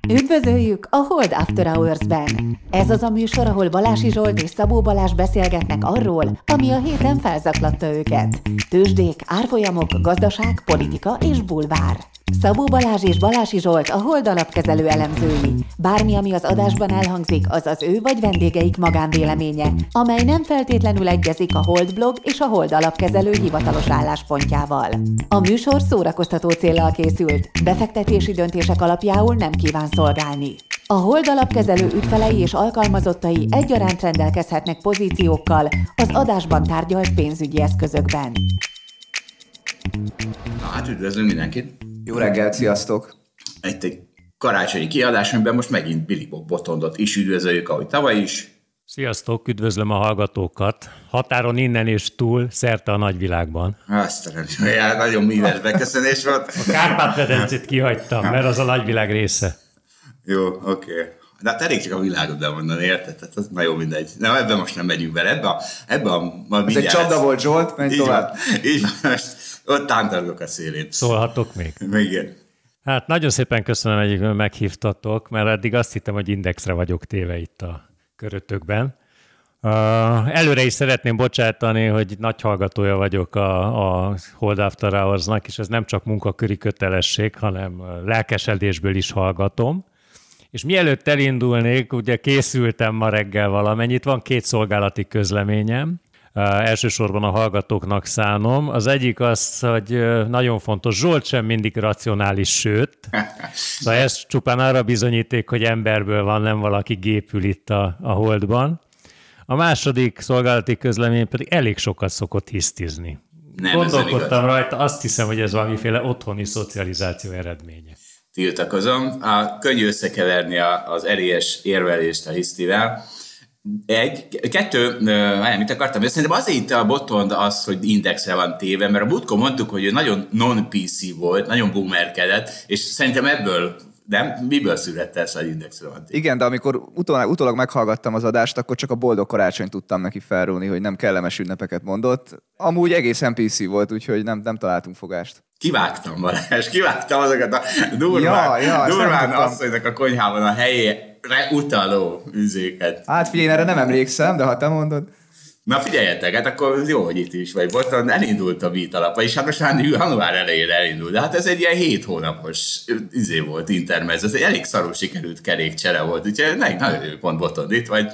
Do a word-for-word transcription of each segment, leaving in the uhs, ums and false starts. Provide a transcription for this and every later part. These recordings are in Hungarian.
Üdvözöljük a Hold After Hours-ben! Ez az a műsor, ahol Balási Zsolt és Szabó Balázs beszélgetnek arról, ami a héten felzaklatta őket. Tőzsdék, árfolyamok, gazdaság, politika és bulvár. Szabó Balázs és Balási Zsolt a Hold alapkezelő elemzői. Bármi, ami az adásban elhangzik, az az ő vagy vendégeik magánvéleménye, amely nem feltétlenül egyezik a Hold blog és a Hold alapkezelő hivatalos álláspontjával. A műsor szórakoztató céllal készült, befektetési döntések alapjául nem kíván szolgálni. A Hold alapkezelő ügyfelei és alkalmazottai egyaránt rendelkezhetnek pozíciókkal az adásban tárgyalt pénzügyi eszközökben. Na hát üdvözlünk mindenkit! Jó reggelt, sziasztok! Itt egy karácsonyi kiadás, amiben most megint Billy Bob Botondot is üdvözöljük, ahogy tavaly is. Sziasztok, üdvözlöm a hallgatókat. Határon innen és túl, szerte a nagyvilágban. Azt a nagyon míves beköszönés volt. A Kárpát-medencét kihagytam, mert az a nagyvilág része. Jó, oké. Okay. De hát elég csak a világot bemondani, érted? Tehát az már jó mindegy. Nem, ebben most nem megyünk bele. Ebben a... Ebbe a Ez egy csapda volt, Zsolt, menj így tovább. Van, így van, most ott tántorgok a szélén. Szólhatok még? Igen. Hát nagyon szépen köszönöm, hogy meghívtatok, mert eddig azt hittem, hogy indexre vagyok téve itt a körötökben. Uh, előre is szeretném bocsátani, hogy nagy hallgatója vagyok a, a Hold After Hours-nak, és ez nem csak munkaköri kötelesség, hanem lelkesedésből is hallgatom. És mielőtt elindulnék, ugye készültem ma reggel valamennyit, van két szolgálati közleményem. Uh, elsősorban a hallgatóknak szánom. Az egyik az, hogy uh, nagyon fontos, Zsolt sem mindig racionális, sőt. Szóval ez csupán arra bizonyíték, hogy emberből van, nem valaki gépül itt a, a Holdban. A második szolgálati közlemény pedig elég sokat szokott hisztizni. Nem, gondolkodtam rajta, azt hiszem, hogy ez valamiféle otthoni szocializáció eredménye. Tiltakozom. A könnyű összekeverni az erélyes érvelést a hisztivel. Egy, kettő, uh, mit akartam, szerintem azért itt a Botond az, hogy indexre van téve, mert a múltkor mondtuk, hogy ő nagyon non-pé cé volt, nagyon boomerkedett, és szerintem ebből, nem? Miből született ez, hogy indexre van téve? Igen, de amikor utólag, utólag meghallgattam az adást, akkor csak a boldog karácsonyt tudtam neki felrúlni, hogy nem kellemes ünnepeket mondott. Amúgy egészen pé cé volt, úgyhogy nem, nem találtunk fogást. Kivágtam, Balázs, kivágtam azokat a durván, ja, ja, durván asszonynak a konyhában a helyére utaló üzéket. Hát figyelj, erre nem emlékszem, de ha te mondod. Na figyeljetek, hát akkor jó, hogy itt is vagy. Botond elindult a Beat alapa, és hát most már január elejére elindult. De hát ez egy ilyen hét hónapos izé volt, intermezzo. Ez egy elég szarul sikerült kerékcsere volt. Úgyhogy nagyon jó pont Botond itt vagy.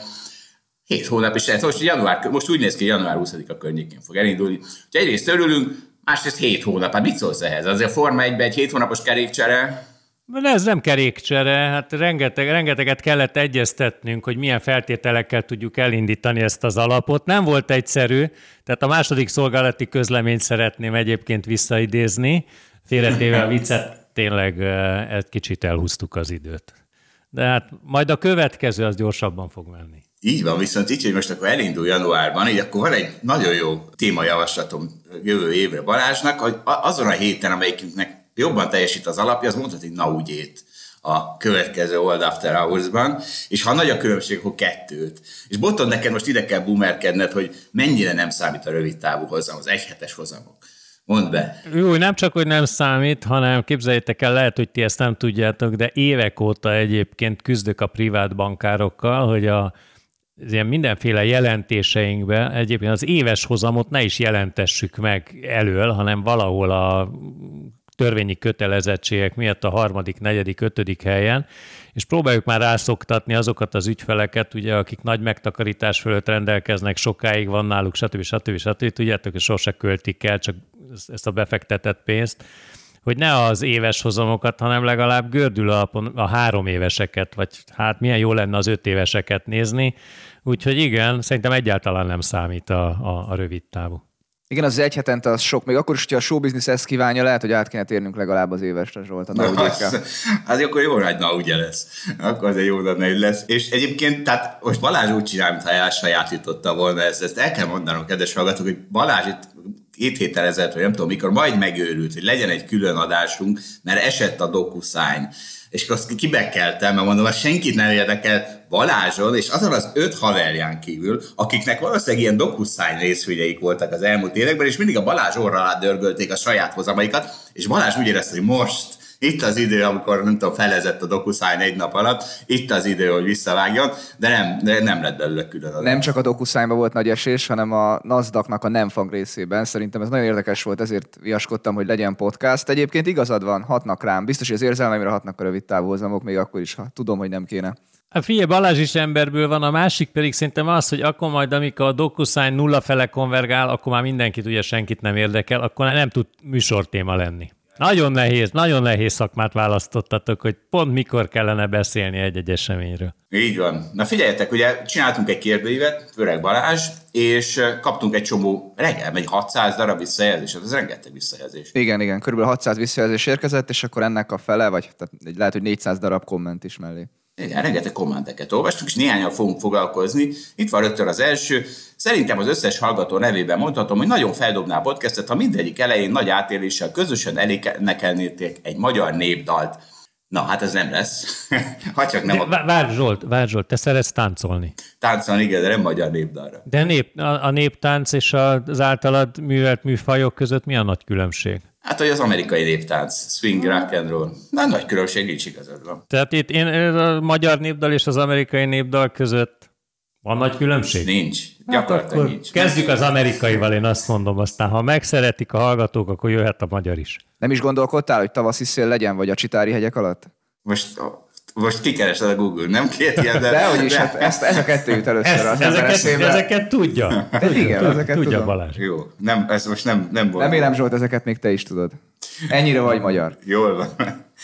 Hét hónap, és most, január, most úgy néz ki, hogy január huszadika környékén fog elindulni. Úgyhogy egyrészt örülünk, másrészt hét hónap. Hát mit szólsz ehhez? Azért a Forma egyben egy hét hónapos kerékcsere... De ez nem kerékcsere, hát rengeteg, rengeteget kellett egyeztetnünk, hogy milyen feltételekkel tudjuk elindítani ezt az alapot. Nem volt egyszerű, tehát a második szolgálati közleményt szeretném egyébként visszaidézni. Félretéve a viccet, tényleg egy kicsit elhúztuk az időt. De hát majd a következő az gyorsabban fog menni. Így van, viszont így, hogy most akkor elindul januárban, így akkor van egy nagyon jó témajavaslatom jövő évre Balázsnak, hogy azon a héten, amelyikünknek jobban teljesít az alapja, az mondhatni na úgyét a következő Hold After Hours-ban, és ha nagy a különbség, akkor kettőt. És Botond, neked most ide kell boomerkedned, hogy mennyire nem számít a rövid távú hozam, az egyhetes hozamok. Mondd be. Jó, nem csak, hogy nem számít, hanem képzeljétek el, lehet, hogy ti ezt nem tudjátok, de évek óta egyébként küzdök a privát bankárokkal, hogy a ilyen mindenféle jelentéseinkben egyébként az éves hozamot ne is jelentessük meg elől, hanem valahol a törvényi kötelezettségek miatt a harmadik, negyedik, ötödik helyen, és próbáljuk már rászoktatni azokat az ügyfeleket, ugye, akik nagy megtakarítás fölött rendelkeznek, sokáig van náluk, stb. stb. stb. Tudjátok, hogy sose költik el csak ezt a befektetett pénzt, hogy ne az éves hozamokat, hanem legalább gördül alapon a három éveseket, vagy hát milyen jó lenne az öt éveseket nézni. Úgyhogy igen, szerintem egyáltalán nem számít a, a, a rövid távú. Igen, az egy hetente az sok. Még akkor is, hogyha a showbiznisz ezt kívánja, lehet, hogy át kéne térnünk legalább az évesre, Zsolt. Na, na az, az akkor jó rá, na ugye lesz. Akkor az egy jó lenne, hogy lesz. És egyébként, tehát most Balázs úgy csinál, mintha elsajátította volna ezt. Ezt el kell mondanom, kedves hallgatók, hogy Balázs itt két héttel ezelőtt, vagy nem tudom mikor, majd megőrült, hogy legyen egy külön adásunk, mert esett a DocuSign. És akkor azt kibekkeltem, mert mondom, hogy senkit nem érdekel Balázson, és azon az öt haverján kívül, akiknek valószínűleg ilyen DocuSign részvényeik voltak az elmúlt években, és mindig a Balázs orra alá dörgölték a saját hozamaikat, és Balázs úgy érezte, hogy most itt az idő, amikor nem tudom, felezett a DocuSign egy nap alatt, itt az idő, hogy visszavágjon, de nem, de nem lett belőle külön adás. Nem csak a DocuSignban volt nagy esés, hanem a NASDAQ-nak a nem fang részében. Szerintem ez nagyon érdekes volt, ezért viaskodtam, hogy legyen podcast. Egyébként igazad van, hatnak rám. Biztos, hogy az érzelmeimre hatnak a rövid távú hozamok, még akkor is, ha tudom, hogy nem kéne. A figyelj, Balázs is emberből van, a másik pedig szerintem az, hogy akkor majd, amikor a DocuSign nulla fele konvergál, akkor már mindenkit, ugye senkit nem érdekel, akkor nem tud műsortéma lenni. Nagyon nehéz, nagyon nehéz szakmát választottatok, hogy pont mikor kellene beszélni egy-egy eseményről. Így van. Na figyeljetek, ugye csináltunk egy kérdőívet, Öreg Balázs, és kaptunk egy csomó, reggel egy hatszáz darab visszajelzés, ez rengeteg visszajelzés. Igen, igen, körülbelül hatszáz visszajelzés érkezett, és akkor ennek a fele, vagy tehát lehet, hogy négyszáz darab komment is mellé. Igen, rengeteg kommenteket olvastunk, és néhányan fogunk foglalkozni. Itt van rögtön az első. Szerintem az összes hallgató nevében mondhatom, hogy nagyon feldobná a podcastet, ha mindegyik elején nagy átéléssel közösen elénekelnétek egy magyar népdalt. Na, hát ez nem lesz. Ha csak nem a... Várj Zsolt, várj Zsolt, te szeretsz táncolni. Táncolni, igen, de nem magyar népdalra. De nép, a, a néptánc és az általad művelt műfajok között mi a nagy különbség? Hát, hogy az amerikai néptánc, swing, rock and roll. Na, nagy különbség, nincs igazad van. Tehát itt én, a magyar népdal és az amerikai népdal között van nagy különbség? Nincs. Gyakorlatilag hát nincs. Kezdjük az amerikaival, én azt mondom, aztán ha megszeretik a hallgatók, akkor jöhet a magyar is. Nem is gondolkodtál, hogy tavaszi szél legyen, vagy a Csitári hegyek alatt? Most... Most kikeresed a Google, nem két ilyen, de... Dehogy is, hát ezt, ez a kettő jut először ezt, az ezeket, eszébe. Ezeket tudja. tudja igen, tudja, ezeket tudja tudom. Balázs. Jó, nem, ez most nem, nem volt. Remélem, Zsolt, ezeket még te is tudod. Ennyire vagy magyar. Jól van.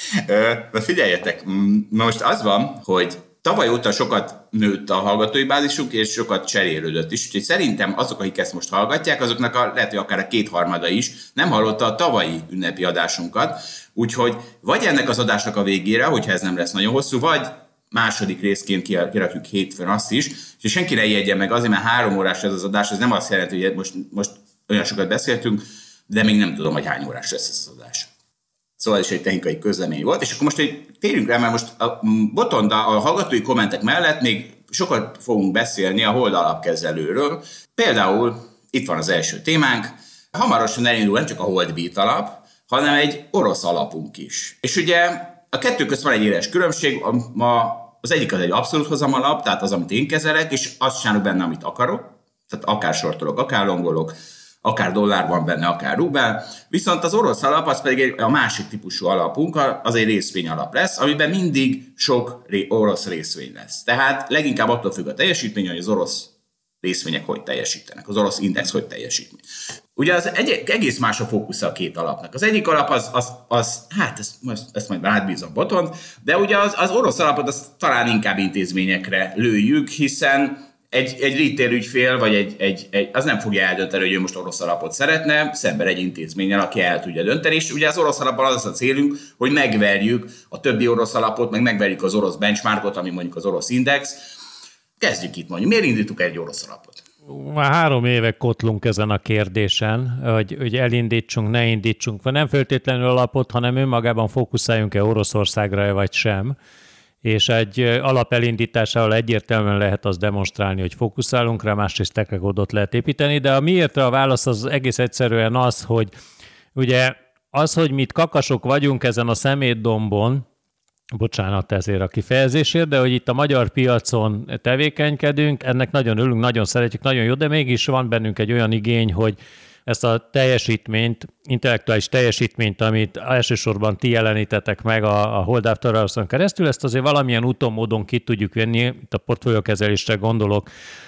De figyeljetek, most az van, hogy tavaly óta sokat nőtt a hallgatói bázisunk, és sokat cserélődött is. Úgyhogy szerintem azok, akik ezt most hallgatják, azoknak a, lehet, hogy akár a kétharmada is nem hallotta a tavalyi ünnepi adásunkat. Úgyhogy vagy ennek az adásnak a végére, hogyha ez nem lesz nagyon hosszú, vagy második részként kirakjuk hétfőn azt is, és senki ne ijedjen meg azért, mert három órás ez az adás, ez nem azt jelenti, hogy most, most olyan sokat beszéltünk, de még nem tudom, hogy hány órás lesz ez az adás. Szóval is egy technikai közlemény volt, és akkor most egy térjünk rá, mert most a Botonda, a hallgatói kommentek mellett még sokat fogunk beszélni a Hold alapkezelőről. Például itt van az első témánk, hamarosan elindul nem csak a Hold Beat alap, hanem egy orosz alapunk is. És ugye a kettő között van egy éles különbség, a, a, az egyik az egy abszolút hozam alap, tehát az, amit én kezelek, és azt csinálok benne, amit akarok, tehát akár sortolok, akár longolok, akár dollár van benne, akár rubel. Viszont az orosz alap, az pedig a másik típusú alapunk, az egy részvény alap lesz, amiben mindig sok orosz részvény lesz. Tehát leginkább attól függ a teljesítmény, hogy az orosz részvények hogy teljesítenek, az orosz index hogy teljesít. Ugye az egy, egész más a fókusza a két alapnak. Az egyik alap az, az, az hát ezt, ezt majd átbízom Botont, de ugye az, az orosz alapot az talán inkább intézményekre lőjük, hiszen egy, egy retail ügyfél, vagy egy, egy, egy, az nem fogja eldönteni, hogy ő most orosz alapot szeretne, szemben egy intézménnyel, aki el tudja dönteni, és ugye az orosz alapban az a célunk, hogy megverjük a többi orosz alapot, meg megverjük az orosz benchmarkot, ami mondjuk az orosz index. Kezdjük itt mondjuk. Miért indítuk egy orosz alapot? Már három éve kotlunk ezen a kérdésen, hogy, hogy elindítsunk, ne indítsunk, vagy nem feltétlenül alapot, hanem önmagában fókuszáljunk-e Oroszországra, vagy sem. És egy alap elindításával egyértelműen lehet azt demonstrálni, hogy fókuszálunk rá, másrészt tekekódot lehet építeni, de a miértre a válasz az egész egyszerűen az, hogy ugye az, hogy mit kakasok vagyunk ezen a szemétdombon, bocsánat ezért a kifejezésért, de hogy itt a magyar piacon tevékenykedünk, ennek nagyon örülünk, nagyon szeretjük, nagyon jó, de mégis van bennünk egy olyan igény, hogy ezt a teljesítményt, intellektuális teljesítményt, amit elsősorban ti jelenítetek meg a, a Hold After Hours-on keresztül, ezt azért valamilyen úton, módon ki tudjuk venni, itt a portfóliókezelésre gondolok,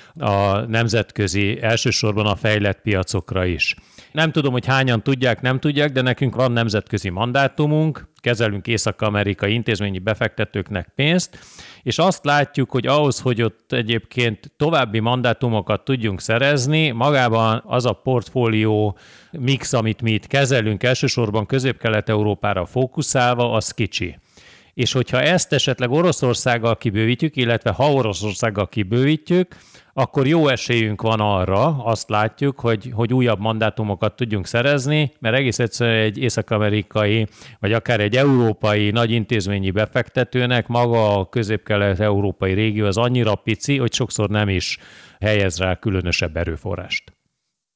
a nemzetközi, elsősorban a fejlett piacokra is. Nem tudom, hogy hányan tudják, nem tudják, de nekünk van nemzetközi mandátumunk, kezelünk észak-amerikai intézményi befektetőknek pénzt, és azt látjuk, hogy ahhoz, hogy ott egyébként további mandátumokat tudjunk szerezni, magában az a portfólió mix, amit mi itt kezelünk, elsősorban Közép-Kelet-Európára fókuszálva, az kicsi. És hogyha ezt esetleg Oroszországgal kibővítjük, illetve ha Oroszországgal kibővítjük, akkor jó esélyünk van arra, azt látjuk, hogy, hogy újabb mandátumokat tudjunk szerezni, mert egész egyszerűen egy észak-amerikai, vagy akár egy európai nagy intézményi befektetőnek maga a közép-kelet-európai régió az annyira pici, hogy sokszor nem is helyez rá különösebb erőforrást.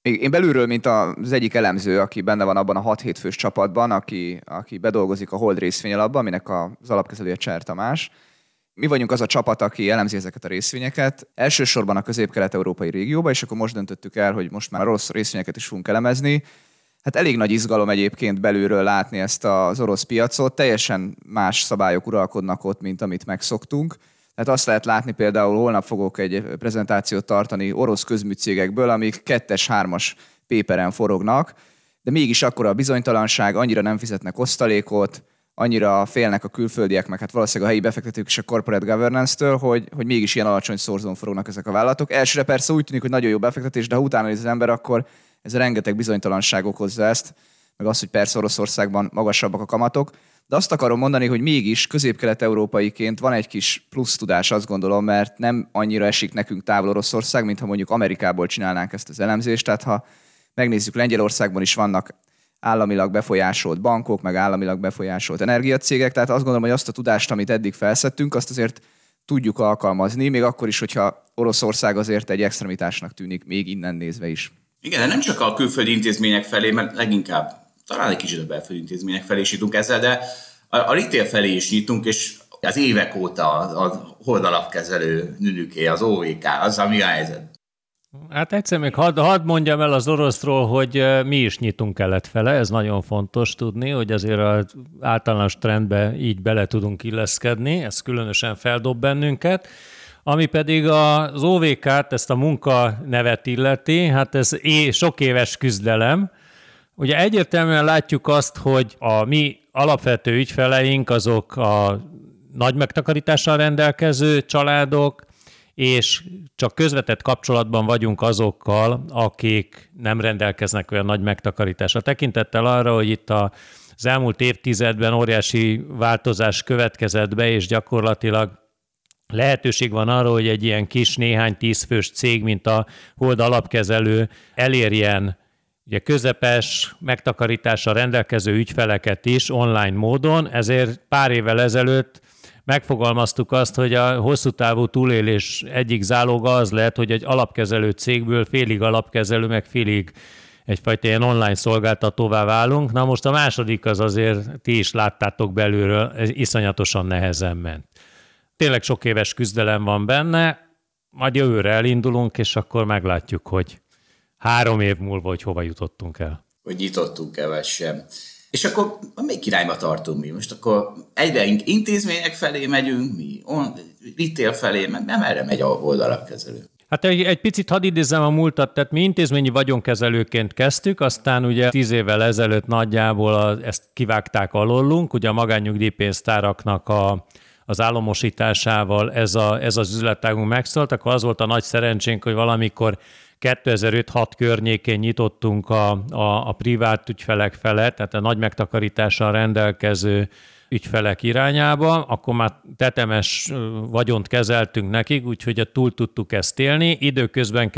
Én belülről, mint az egyik elemző, aki benne van abban a hat-hét fős csapatban, aki, aki bedolgozik a Hold részvényalapban, aminek az alapkezelője Cser Tamás. Mi vagyunk az a csapat, aki elemzi ezeket a részvényeket, elsősorban a közép-kelet-európai régióban, és akkor most döntöttük el, hogy most már a rossz részvényeket is fogunk elemezni. Hát elég nagy izgalom egyébként belülről látni ezt az orosz piacot, teljesen más szabályok uralkodnak ott, mint amit megszoktunk. Tehát azt lehet látni például, holnap fogok egy prezentációt tartani orosz közműcégekből, amik kettes, hármas péperen forognak, de mégis akkora a bizonytalanság, annyira nem fizetnek osztalékot, annyira félnek a külföldiek, meg hát valószínűleg a helyi befektetők és a corporate governance-től, hogy, hogy mégis ilyen alacsony szorzón forognak ezek a vállalatok. Elsőre persze úgy tűnik, hogy nagyon jó befektetés, de ha utána néz az ember, akkor ez a rengeteg bizonytalanság okozza ezt, meg az, hogy persze Oroszországban magasabbak a kamatok. De azt akarom mondani, hogy mégis közép-kelet-európaiként van egy kis plusz tudás, azt gondolom, mert nem annyira esik nekünk távol Oroszország, mintha mondjuk Amerikából csinálnánk ezt az elemzést. Tehát ha megnézzük, Lengyelországban is vannak államilag befolyásolt bankok, meg államilag befolyásolt energiacégek, tehát azt gondolom, hogy azt a tudást, amit eddig felszettünk, azt azért tudjuk alkalmazni, még akkor is, hogyha Oroszország azért egy extremitásnak tűnik, még innen nézve is. Igen, de nem csak a külföldi intézmények felé, mert leginkább talán egy kicsit a belföldi intézmények felé is nyitunk ezzel, de a, a retail felé is nyitunk, és az évek óta a, a Hold alapkezelő nünüké, az o vé ká, az ami a helyzet. Hát egyszer még hadd had mondjam el az oroszról, hogy mi is nyitunk kelet-fele, ez nagyon fontos tudni, hogy azért az általános trendbe így bele tudunk illeszkedni, ez különösen feldob bennünket. Ami pedig az o vé ká-t, ezt a munka nevet illeti, hát ez é, sok éves küzdelem. Ugye egyértelműen látjuk azt, hogy a mi alapvető ügyfeleink azok a nagy megtakarítással rendelkező családok, és csak közvetett kapcsolatban vagyunk azokkal, akik nem rendelkeznek olyan nagy megtakarítással. Tekintettel arra, hogy itt az elmúlt évtizedben óriási változás következett be, és gyakorlatilag lehetőség van arra, hogy egy ilyen kis, néhány tízfős cég, mint a Hold alapkezelő elérjen ugye közepes megtakarítással rendelkező ügyfeleket is online módon, ezért pár évvel ezelőtt megfogalmaztuk azt, hogy a hosszú távú túlélés egyik záloga az lehet, hogy egy alapkezelő cégből félig alapkezelő, meg félig egyfajta ilyen online szolgáltatóvá válunk. Na most a második az azért, ti is láttátok belülről, ez iszonyatosan nehezen ment. Tényleg sok éves küzdelem van benne, majd jövőre elindulunk, és akkor meglátjuk, hogy három év múlva, hogy hova jutottunk el. Hogy nyitottunk-e, vagy sem. És akkor melyik irányba tartunk mi? Most akkor egyre intézmények felé megyünk, mi on, retail felé, nem erre megy a Hold alapkezelő. Hát egy, egy picit hadd idézzem a múltat, tehát mi intézményi vagyonkezelőként kezdtük, aztán ugye tíz évvel ezelőtt nagyjából a, ezt kivágták alólunk, ugye a magánnyugdíjpénztáraknak a az államosításával ez, a, ez az üzletágunk megszólt, akkor az volt a nagy szerencsénk, hogy valamikor kétezer-öt-hat környékén nyitottunk a, a, a privát ügyfelek fele, tehát a nagy megtakarítással rendelkező ügyfelek irányába, akkor már tetemes vagyont kezeltünk nekik, úgyhogy túl tudtuk ezt élni. Időközben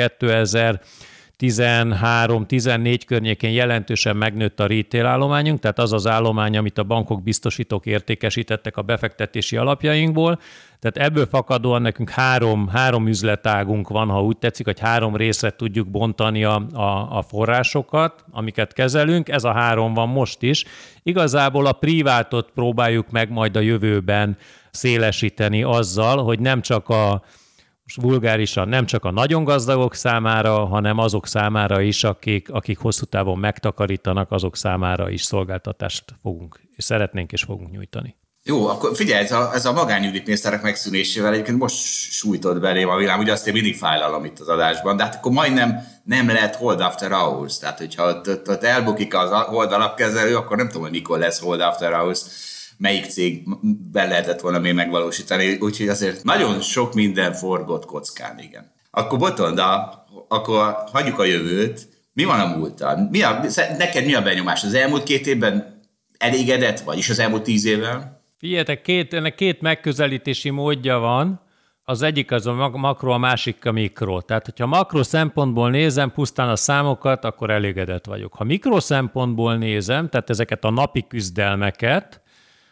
kétezer-tizenhárom-tizennégy környékén jelentősen megnőtt a retail állományunk, tehát az az állomány, amit a bankok, biztosítók értékesítettek a befektetési alapjainkból. Tehát ebből fakadóan nekünk három, három üzletágunk van, ha úgy tetszik, hogy három részre tudjuk bontani a, a, a forrásokat, amiket kezelünk. Ez a három van most is. Igazából a privátot próbáljuk meg majd a jövőben szélesíteni azzal, hogy nem csak a vulgárisan nem csak a nagyon gazdagok számára, hanem azok számára is, akik, akik hosszú távon megtakarítanak, azok számára is szolgáltatást fogunk, és szeretnénk és fogunk nyújtani. Jó, akkor figyelj, ez a, ez a magánnyugdíjpénztárak megszűnésével egyébként most sújtott belém a világ, ugye azt én mindig fájlalom itt az adásban, de hát akkor majdnem nem lehet Hold After Hours, tehát hogyha ott, ott, ott elbukik az Hold alapkezelő, akkor nem tudom, hogy mikor lesz Hold After Hours, melyik cégben lehetett volna még megvalósítani, úgyhogy azért nagyon sok minden forgott kockán, igen. Akkor Botond, akkor hagyjuk a jövőt, mi van a múlttal? Mi a, neked mi a benyomás? Az elmúlt két évben elégedett vagy, és az elmúlt tíz évvel? Figyeljetek, két, ennek két megközelítési módja van. Az egyik az a makro, a másik a mikro. Tehát, hogyha makro szempontból nézem pusztán a számokat, akkor elégedett vagyok. Ha mikro szempontból nézem, tehát ezeket a napi küzdelmeket,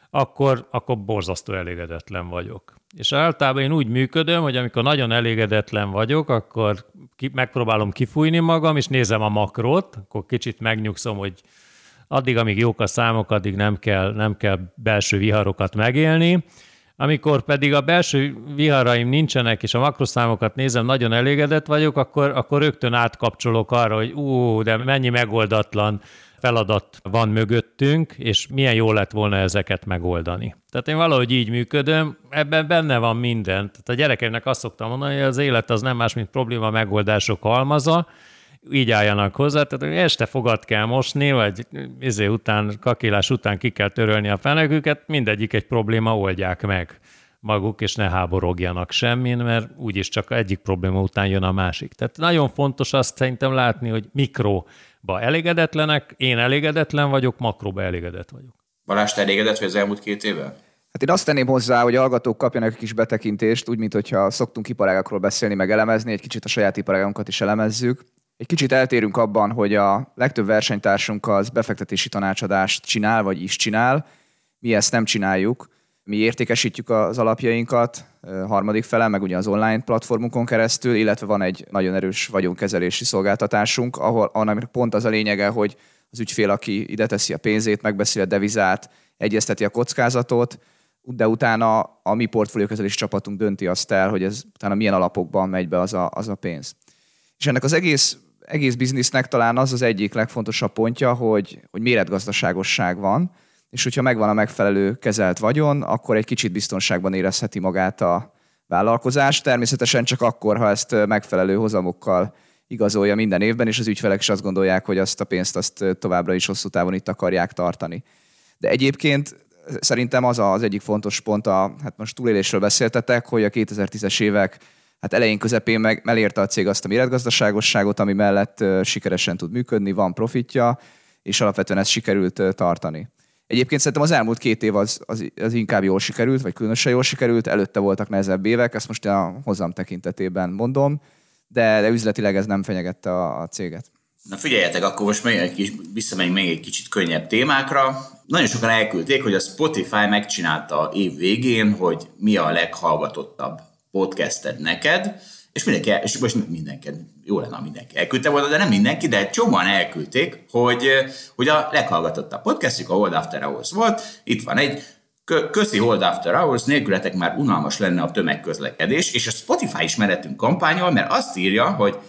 akkor, akkor borzasztó elégedetlen vagyok. És általában én úgy működöm, hogy amikor nagyon elégedetlen vagyok, akkor ki, megpróbálom kifújni magam, és nézem a makrót, akkor kicsit megnyugszom, hogy addig, amíg jók a számok, addig nem kell, nem kell belső viharokat megélni. Amikor pedig a belső viharaim nincsenek, és a makroszámokat nézem, nagyon elégedett vagyok, akkor, akkor rögtön átkapcsolok arra, hogy ú, de mennyi megoldatlan feladat van mögöttünk, és milyen jó lett volna ezeket megoldani. Tehát én valahogy így működöm, ebben benne van minden. Tehát a gyerekeimnek azt szoktam mondani, hogy az élet az nem más, mint probléma megoldások halmaza, így álljanak hozzá, tehát hogy este fogat kell mosni, vagy izé után, kakilás után ki kell törölni a feneküket, mindegyik egy probléma, oldják meg maguk, és ne háborogjanak semmin, mert úgyis csak egyik probléma után jön a másik. Tehát nagyon fontos azt szerintem látni, hogy mikroba elégedetlenek, én elégedetlen vagyok, makroba elégedett vagyok. Balázs, te elégedett vagy az elmúlt két évvel? Hát én azt tenném hozzá, hogy a hallgatók kapjanak egy kis betekintést, úgy, mint hogyha szoktunk iparágakról beszélni, meg elemezni, egy kicsit a saját iparágunkat is elemezzük. Egy kicsit eltérünk abban, hogy a legtöbb versenytársunk az befektetési tanácsadást csinál, vagy is csinál. Mi ezt nem csináljuk. Mi értékesítjük az alapjainkat harmadik fele, meg ugye az online platformunkon keresztül, illetve van egy nagyon erős vagyonkezelési szolgáltatásunk, ahol annak pont az a lényege, hogy az ügyfél, aki ide teszi a pénzét, megbeszéli a devizát, egyezteti a kockázatot, de utána a mi portfóliókezelési csapatunk dönti azt el, hogy ez utána milyen alapokban megy be az a, az a pénz. És ennek az egész egész biznisznek talán az az egyik legfontosabb pontja, hogy, hogy méretgazdaságosság van, és hogyha megvan a megfelelő kezelt vagyon, akkor egy kicsit biztonságban érezheti magát a vállalkozás. Természetesen csak akkor, ha ezt megfelelő hozamokkal igazolja minden évben, és az ügyfelek is azt gondolják, hogy azt a pénzt azt továbbra is hosszú távon itt akarják tartani. De egyébként szerintem az az egyik fontos pont, a, hát most túlélésről beszéltetek, hogy a kétezer-tízes évek hát elején közepén meg elérte a cég azt a méretgazdaságosságot, ami mellett sikeresen tud működni, van profitja, és alapvetően ezt sikerült tartani. Egyébként szerintem az elmúlt két év az, az, az inkább jól sikerült, vagy különösen jól sikerült, előtte voltak nehezebb évek, ezt most a hozam tekintetében mondom, de, de üzletileg ez nem fenyegette a, a céget. Na figyeljetek, akkor most még egy kis, visszamegyünk még egy kicsit könnyebb témákra. Nagyon sokan elküldték, hogy a Spotify megcsinálta év végén, hogy mi a leghallgatottabb podcasted neked, és mindenki, el, és most mindenki, jó lenne, mindenki elküldte volna, de nem mindenki, de csomóan elküldték, hogy, hogy a leghallgatottabb podcastjuk a Hold After Hours volt. Itt van egy köszi Hold After Hours, nélkületek már unalmas lenne a tömegközlekedés, és a Spotify is meretünk kampányol, mert azt írja, hogy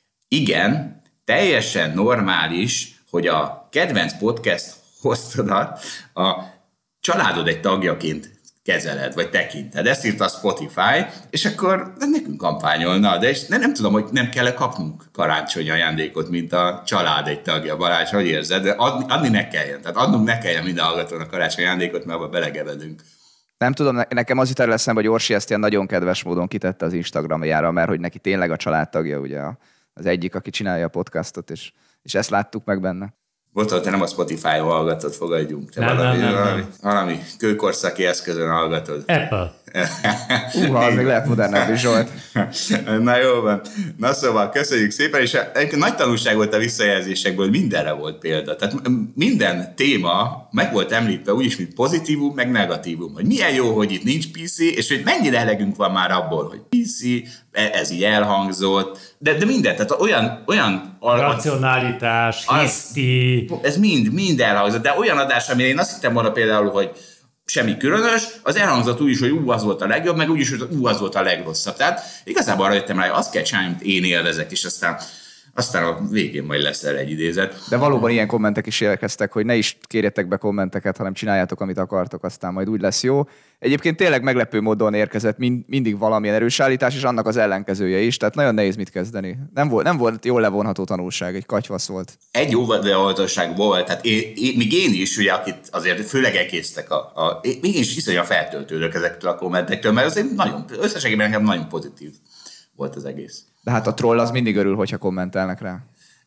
igen, teljesen normális, hogy a kedvenc podcast hostodat a családod egy tagjaként kezeled, vagy tekinted. Ezt írta a Spotify, és akkor nekünk kampányolna, de és nem, nem tudom, hogy nem kell kapnunk karácsonyi ajándékot, mint a család egy tagja. Balázs, hogy érzed? De adni, adni ne kelljen. Tehát adnunk ne kelljen minden hallgatónak karácsonyi ajándékot, mert abba belegevedünk. Nem tudom, nekem az jut erre eszembe, hogy Orsi ezt ilyen nagyon kedves módon kitette az Instagramjára, mert hogy neki tényleg a családtagja, ugye az egyik, aki csinálja a podcastot, és, és ezt láttuk meg benne. Bocsánat, te nem a Spotify-on hallgatod, fogadjunk. Te nem, valami, nem, nem, valami, nem. valami kőkorszaki eszközön hallgatod. Apple. Uha, az még lehet modernebb is, Zsolt. Na jó van. Na szóval, köszönjük szépen, és egyébként nagy tanulság volt a visszajelzésekből, hogy mindenre volt példa. Tehát minden téma meg volt említve úgyis, mint pozitívum, meg negatívum. Hogy milyen jó, hogy itt nincs pé cé, és hogy mennyire elegünk van már abból, hogy pé cé, ez így elhangzott, de, de minden, tehát olyan... olyan racionalitás, hiszti. Ez mind, mind elhangzott, de olyan adás, amire én azt hittem volna például, hogy semmi különös, az elhangzott úgy is, hogy ú, az volt a legjobb, meg úgy is, hogy ú, az volt a legrosszabb. Tehát igazából arra jöttem rá, hogy azt kell csinálni, amit én élvezek, és aztán, aztán a végén majd lesz erre egy idézet. De valóban ilyen kommentek is érkeztek, hogy ne is kérjetek be kommenteket, hanem csináljátok, amit akartok, aztán majd úgy lesz jó. Egyébként tényleg meglepő módon érkezett mind, mindig valamilyen erős állítás, és annak az ellenkezője is, tehát nagyon nehéz mit kezdeni. Nem volt, nem volt jól levonható tanulság, egy katyvasz volt. Egy jó levonhatóság volt, tehát én, én, még én is, ugye, akit azért főleg elkésztek, a, a, még én is iszonyat feltöltődök ezektől a kommentektől, mert azért nagyon, összességében nekem nagyon pozitív volt az egész. De hát a troll az mindig örül, hogyha kommentelnek rá.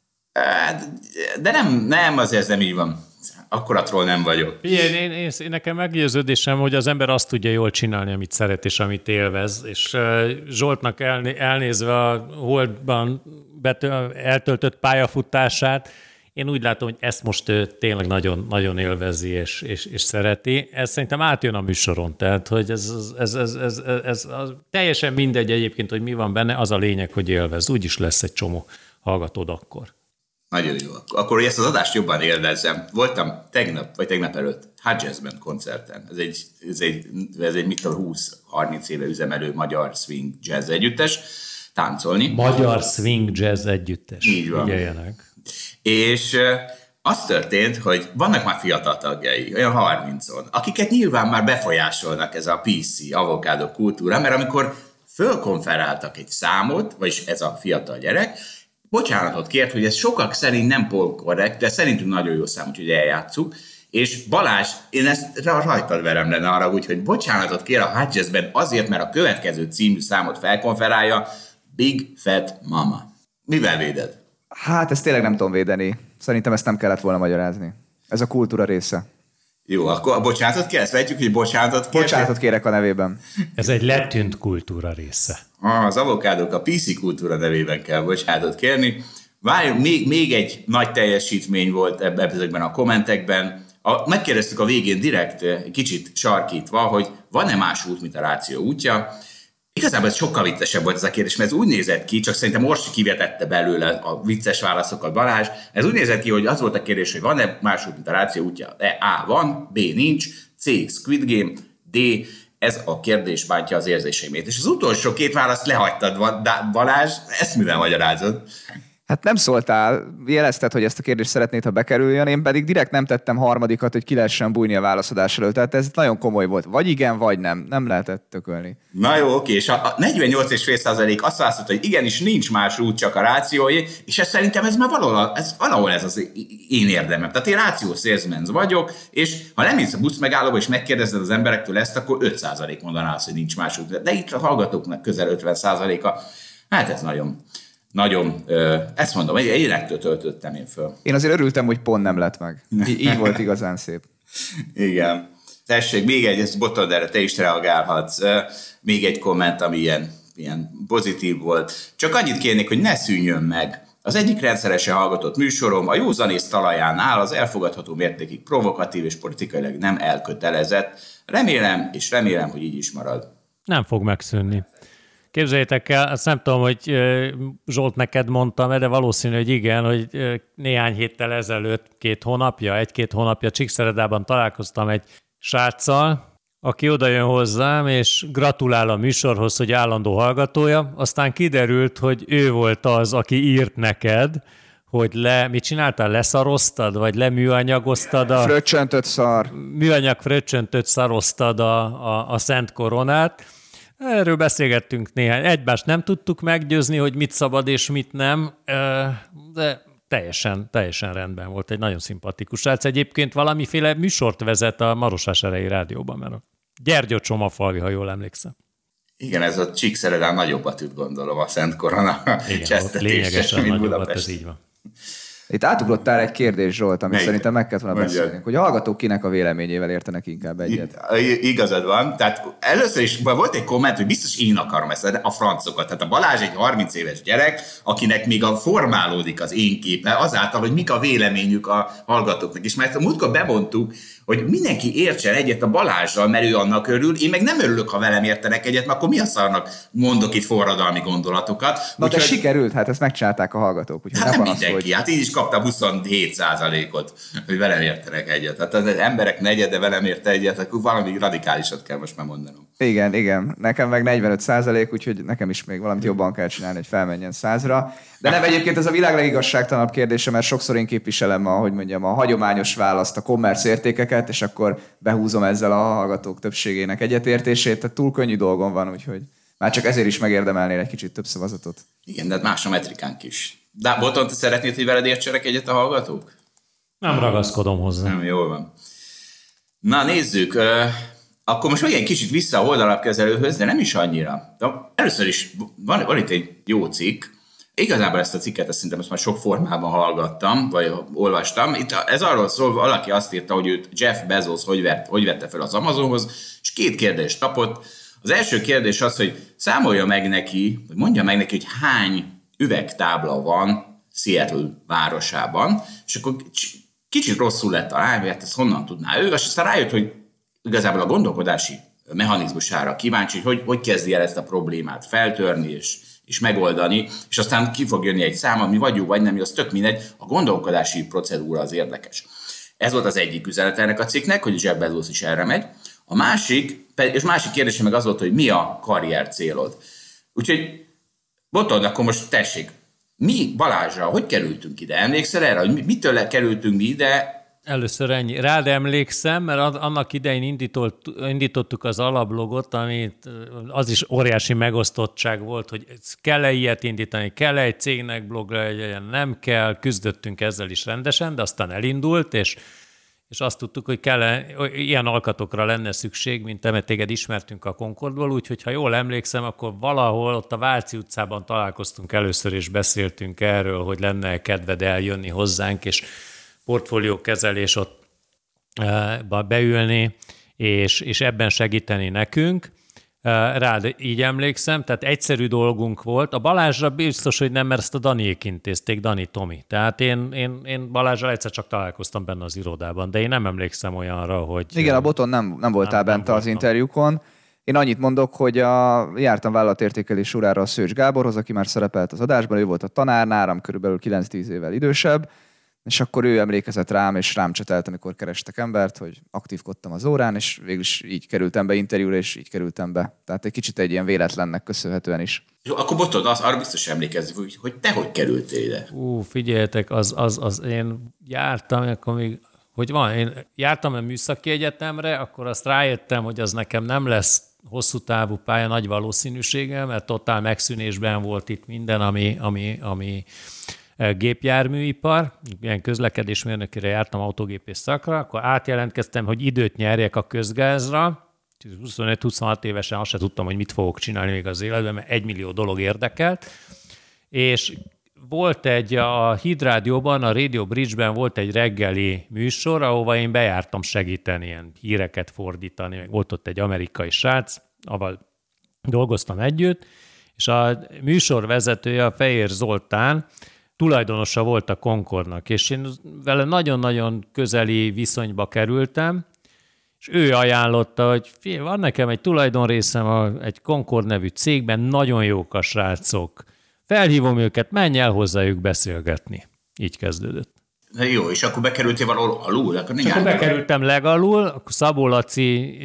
De nem, nem, azért ez nem így van. Akkora troll nem vagyok. Én, én, én, én nekem meggyőződésem, hogy az ember azt tudja jól csinálni, amit szeret és amit élvez. És uh, Zsoltnak elné, elnézve a Holdban betö, eltöltött pályafutását, Én úgy látom, hogy ezt most ő tényleg nagyon, nagyon élvezi és, és, és szereti. Ez szerintem átjön a műsoron, tehát hogy ez, ez, ez, ez, ez, ez az, teljesen mindegy egyébként, hogy mi van benne, az a lényeg, hogy élvez. Úgyis lesz egy csomó hallgatód akkor. Nagyon jó. Akkor ezt az adást jobban élvezzem. Voltam tegnap, vagy tegnap előtt Hot Jazz Band koncerten. Ez egy, ez egy, ez egy mit tudom, húsz-harminc éve üzemelő magyar swing jazz együttes. Táncolni. Magyar swing jazz együttes. Így van. Figyeljenek. És uh, az történt, hogy vannak már fiatal tagjai, olyan harmincon, akiket nyilván már befolyásolnak ez a pé cé, avokádó kultúra, mert amikor fölkonferáltak egy számot, vagyis ez a fiatal gyerek, bocsánatot kért, hogy ez sokak szerint nem polkorrekt, de szerintünk nagyon jó szám, úgyhogy eljátszuk. És Balázs, én ezt rajtad verem lenne arra, úgyhogy bocsánatot kér a Hot Jazz-ben azért, mert a következő című számot felkonferálja, Big Fat Mama. Mivel véded? Hát ezt tényleg nem tudom védeni. Szerintem ezt nem kellett volna magyarázni. Ez a kultúra része. Jó, akkor a bocsánatot kérsz? Vegyük, hogy bocsánatot kérsz? Bocsánatot kérek a nevében. Ez egy letűnt kultúra része. Ah, az avokádók a pé cé kultúra nevében kell bocsánatot kérni. Várjunk, még, még egy nagy teljesítmény volt ebben, ezekben a kommentekben. A, megkérdeztük a végén direkt, kicsit sarkítva, hogy van-e más út, mint a ráció útja. Igazából ez sokkal viccesebb volt ez a kérdés, mert ez úgy nézett ki, csak szerintem Orsi kivetette belőle a vicces válaszokat Balázs. Ez úgy nézett ki, hogy az volt a kérdés, hogy van-e más út, mint a ráció útja. A. Van, B. Nincs, C. Squid Game, D. Ez a kérdés bántja az érzéseimét. És az utolsó két választ lehagytad, Balázs, ezt mivel magyarázod? Hát nem szóltál, jelezted, hogy ezt a kérdést szeretnéd, ha bekerüljön, én pedig direkt nem tettem harmadikat, hogy ki lehessen bújni a válaszadás elől. Tehát ez nagyon komoly volt. Vagy igen, vagy nem. Nem lehetett tökölni. Na jó, oké, és a negyvennyolc egész öt százalék azt választotta, hogy igenis nincs más út, csak a rációi, és ez szerintem ez már valahol ez, valahol ez az én érdemem. Tehát én ráció salesman vagyok, és ha nem mész a busz megállóba, és megkérdezed az emberektől ezt, akkor öt százalék mondaná azt, hogy nincs más út. De itt a hallgatóknak közel ötven százaléka. Hát ez nagyon... Nagyon, ezt mondom, egy énektől töltöttem én föl. Én azért örültem, hogy pont nem lett meg. Í- így volt igazán szép. Igen. Tessék, még egy, ezt botod erre, te is reagálhatsz. Még egy komment, ami ilyen, ilyen pozitív volt. Csak annyit kérnék, hogy ne szűnjön meg. Az egyik rendszeresen hallgatott műsorom a józanész talaján áll, az elfogadható mértékig provokatív és politikailag nem elkötelezett. Remélem, és remélem, hogy így is marad. Nem fog megszűnni. Képzeljétek el, azt nem tudom, hogy Zsolt neked mondtam, de valószínű, hogy igen, hogy néhány héttel ezelőtt, két hónapja, egy-két hónapja Csíkszeredában találkoztam egy sráccal, aki oda jön hozzám, és gratulál a műsorhoz, hogy állandó hallgatója. Aztán kiderült, hogy ő volt az, aki írt neked, hogy le, mit csináltál? Leszaroztad, vagy leműanyagoztad a... Fröccsöntött szar. Műanyag fröccsöntött szaroztad a, a, a Szent Koronát. Erről beszélgettünk néhány. Egymást nem tudtuk meggyőzni, hogy mit szabad és mit nem, de teljesen, teljesen rendben volt. Egy nagyon szimpatikus srác. Egyébként valamiféle műsort vezet a Marosvásárhelyi rádióban, mert a Gyergyó Csomafalvi, ha jól emlékszem. Igen, ez a Csíkszeredán nagyobbat üt, gondolom, a Szent Korona csesztetése, lényegesen nagyobbat, ez így van. Itt átugrottál egy kérdés, Zsolt, amit Melyik? szerintem meg kellett volna Mondjad. beszélni, hogy a hallgatók kinek a véleményével értenek inkább egyet. I- igazad van. Tehát először is volt egy komment, hogy biztos én akarom ezt, a francokat. Tehát a Balázs egy harminc éves gyerek, akinek még a formálódik az én képe azáltal, hogy mik a véleményük a hallgatóknak. És már ezt a múltkor bemondtuk, hogy mindenki értsen egyet a Balázsral, mert ő annak örül. Én meg nem örülök, ha velem értenek egyet, mert akkor mi a szarnak mondok itt forradalmi gondolatokat. Na Úgyhogy... de sikerült, hát ezt megcsinálták a hallgatók. Úgyhogy Hát ne nem panaszolj. mindenki, hát így is kapta huszonhét százalékot, hogy velem értenek egyet. Hát az emberek negyede velem érte egyet, akkor valami radikálisat kell most már mondanom. Igen, igen. Nekem meg negyvenöt százalék, úgyhogy nekem is még valamit jobban kell csinálni, hogy felmenjen százra. De nem, egyébként ez a világ legigazságtalanabb kérdése, mert sokszor én képviselem a, hogy mondjam, a hagyományos választ, a kommerc értékeket, és akkor behúzom ezzel a hallgatók többségének egyetértését. Tehát túl könnyű dolgom van, úgyhogy már csak ezért is megérdemelnél egy kicsit több szavazatot. Igen, de hát más a metrikánk is. De Boton, te szeretnéd, hogy veled értsenek egyet a hallgatók? Nem ragaszkodom hozzá. Nem, jól van. Na nézzük, uh, akkor most megint kicsit vissza a oldalapkezelőhöz, de nem is annyira. De először is van, van itt egy jó cikk. Igazából ezt a cikket, ezt szerintem ezt már sok formában hallgattam, vagy olvastam. Itt ez arról szól, valaki azt írta, hogy őt Jeff Bezos hogy, vett, hogy vette fel az Amazonhoz, és két kérdést kapott. Az első kérdés az, hogy számolja meg neki, vagy mondja meg neki, hogy hány üvegtábla van Seattle városában, és akkor kicsit rosszul lett találva, hogy hát ezt honnan tudná ő, és aztán rájött, hogy igazából a gondolkodási mechanizmusára kíváncsi, hogy hogy kezdi el ezt a problémát feltörni és, és megoldani, és aztán ki fog jönni egy szám, ami vagy jó, vagy nem, az tök mindegy, a gondolkodási procedúra az érdekes. Ez volt az egyik üzenet ennek a cikknek, hogy Jeff Bezos is erre megy. A másik, és másik kérdése meg az volt, hogy mi a karrier célod. Úgyhogy Botond, akkor most tessék, mi Balázsra, hogy kerültünk ide? Emlékszel erre, hogy mitől kerültünk mi ide? Először ennyi. Rád emlékszem, mert annak idején indított, indítottuk az alablogot, amit az is óriási megosztottság volt, hogy kell-e ilyet indítani, kell-e egy cégnek blogra legyen, nem kell, küzdöttünk ezzel is rendesen, de aztán elindult, és, és azt tudtuk, hogy kell ilyen alkatokra lenne szükség, mint te, mert téged ismertünk a Concordból, úgyhogy ha jól emlékszem, akkor valahol ott a Váci utcában találkoztunk először, és beszéltünk erről, hogy lenne kedved eljönni hozzánk, és portfóliókezelés ott beülni, és, és ebben segíteni nekünk. Rád így emlékszem, tehát egyszerű dolgunk volt. A Balázsra biztos, hogy nem, mert ezt a Daniék intézték, Dani, Tomi. Tehát én, én, én Balázsral egyszer csak találkoztam benne az irodában, de én nem emlékszem olyanra, hogy... Igen, a Boton nem, nem voltál nem, bent nem az interjúkon. Én annyit mondok, hogy a, jártam vállalatértékelés órára a Szőcs Gáborhoz, aki már szerepelt az adásban, ő volt a tanár, nálam körülbelül kilenc-tíz évvel idősebb, és akkor ő emlékezett rám, és rám csetelt, amikor kerestek embert, hogy aktívkodtam az órán, és végül is így kerültem be interjúra, és így kerültem be. Tehát egy kicsit egy ilyen véletlennek köszönhetően is. Jó, akkor Botond, az, arra biztos emlékezni, hogy, hogy te hogy kerültél ide? Ú, figyeljetek, az, az, az én jártam, akkor még, hogy van, én jártam a műszaki egyetemre, akkor azt rájöttem, hogy az nekem nem lesz hosszú távú pálya nagy valószínűséggel, mert totál megszűnésben volt itt minden, ami, ami, ami gépjárműipar, ilyen közlekedésmérnökére jártam autógépész szakra, akkor átjelentkeztem, hogy időt nyerjek a közgázra. huszonöt-huszonhat évesen azt se tudtam, hogy mit fogok csinálni még az életben, mert egymillió dolog érdekelt. És volt egy, a Hídrádióban, a Radio Bridge-ben volt egy reggeli műsor, ahova én bejártam segíteni, ilyen híreket fordítani, meg volt ott egy amerikai srác, ahol dolgoztam együtt, és a műsorvezetője, a Fehér Zoltán, tulajdonosa volt a Concordnak, és én vele nagyon-nagyon közeli viszonyba kerültem, és ő ajánlotta, hogy figyelj, van nekem egy tulajdonrészem egy Concord nevű cégben, nagyon jók a srácok. Felhívom őket, menj el hozzájuk beszélgetni. Így kezdődött. Na jó, és akkor bekerültél valahol alul? Akkor, akkor bekerültem legalul, akkor Szabó Laci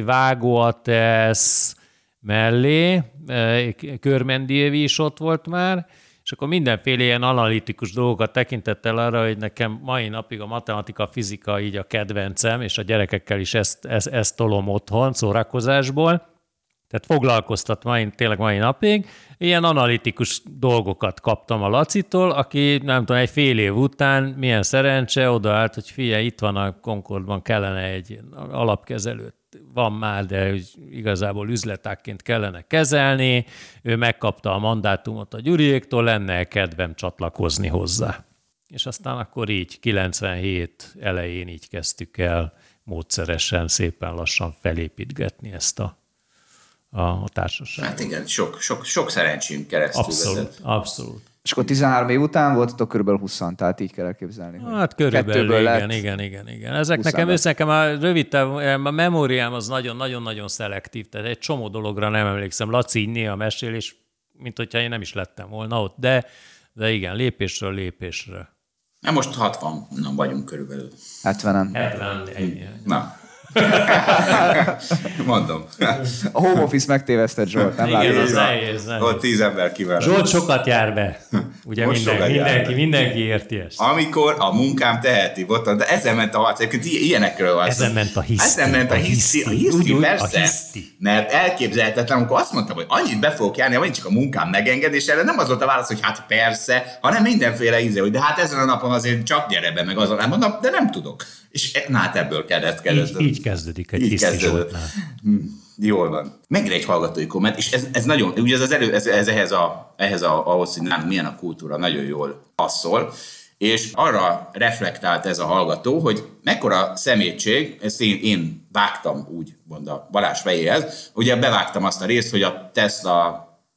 vágóatesz mellé, Körmendi Évi is ott volt már, és akkor mindenféle ilyen analitikus dolgokat tekintettel arra, hogy nekem mai napig a matematika, fizika így a kedvencem, és a gyerekekkel is ezt, ezt, ezt tolom otthon szórakozásból. Tehát foglalkoztat mai, tényleg mai napig. Ilyen analitikus dolgokat kaptam a Lacitól, aki nem tudom, egy fél év után milyen szerencse odaállt, hogy figyelj, itt van a Concordban, kellene egy alapkezelőt. Van már, de igazából üzletákként kellene kezelni. Ő megkapta a mandátumot a Gyuriéktól, lenne kedvem csatlakozni hozzá. És aztán akkor így kilencvenhét elején így kezdtük el módszeresen, szépen lassan felépítgetni ezt a, a, a társaságot. Hát igen, sok, sok, sok szerencsém keresztül abszolút, vezet. Abszolút. És akkor tizenhárom év után voltatok körülbelül húszan, tehát így kell elképzelni. Hát körülbelül, igen, igen, igen, igen. Ezek nekem, össze, nekem a rövid táv, a memóriám az nagyon-nagyon-nagyon szelektív, tehát egy csomó dologra nem emlékszem. Laci így néha mesél, és mint hogyha én nem is lettem volna ott, de, de igen, lépésről lépésre. Na most hatvanan vagyunk körülbelül. hetvenen. hetven. Na. Mondom. A home office megtévesztett Zsolt, nem igen, az nehéz. Ott tíz ember kivel. Zsolt sokat jár be. Ugye minden, mindenki, mindenki érti ezt. Amikor a munkám teheti, Botond, de ezen ment a harc. Egyébként ilyenekről van. Ezen ment a hiszti. Ezen ment a hiszti. A hiszti, úgy, persze. A hiszti. Mert elképzelhetetlen, amikor azt mondtam, hogy annyit be fogok járni, hogy csak a munkám megenged, és erre nem az volt a válasz, hogy hát persze, hanem mindenféle íze, hogy de hát ezen a napon azért csak gyere be, meg azon nem mondom, de nem tudok. És na hát ebből kellett kezdődni. Így, így kezdődik egy hiszti Zsoltnál. Hmm, jól van. Megint egy hallgatói komment, és ez, ez nagyon, ugye ez, az elő, ez, ez ehhez, a, ehhez a, ahhoz, hogy nálunk milyen a kultúra, nagyon jól passzol, és arra reflektált ez a hallgató, hogy mekkora szemétség, ezt én, én vágtam úgy, mond a Balázs fejéhez, ugye bevágtam azt a részt, hogy a Tesla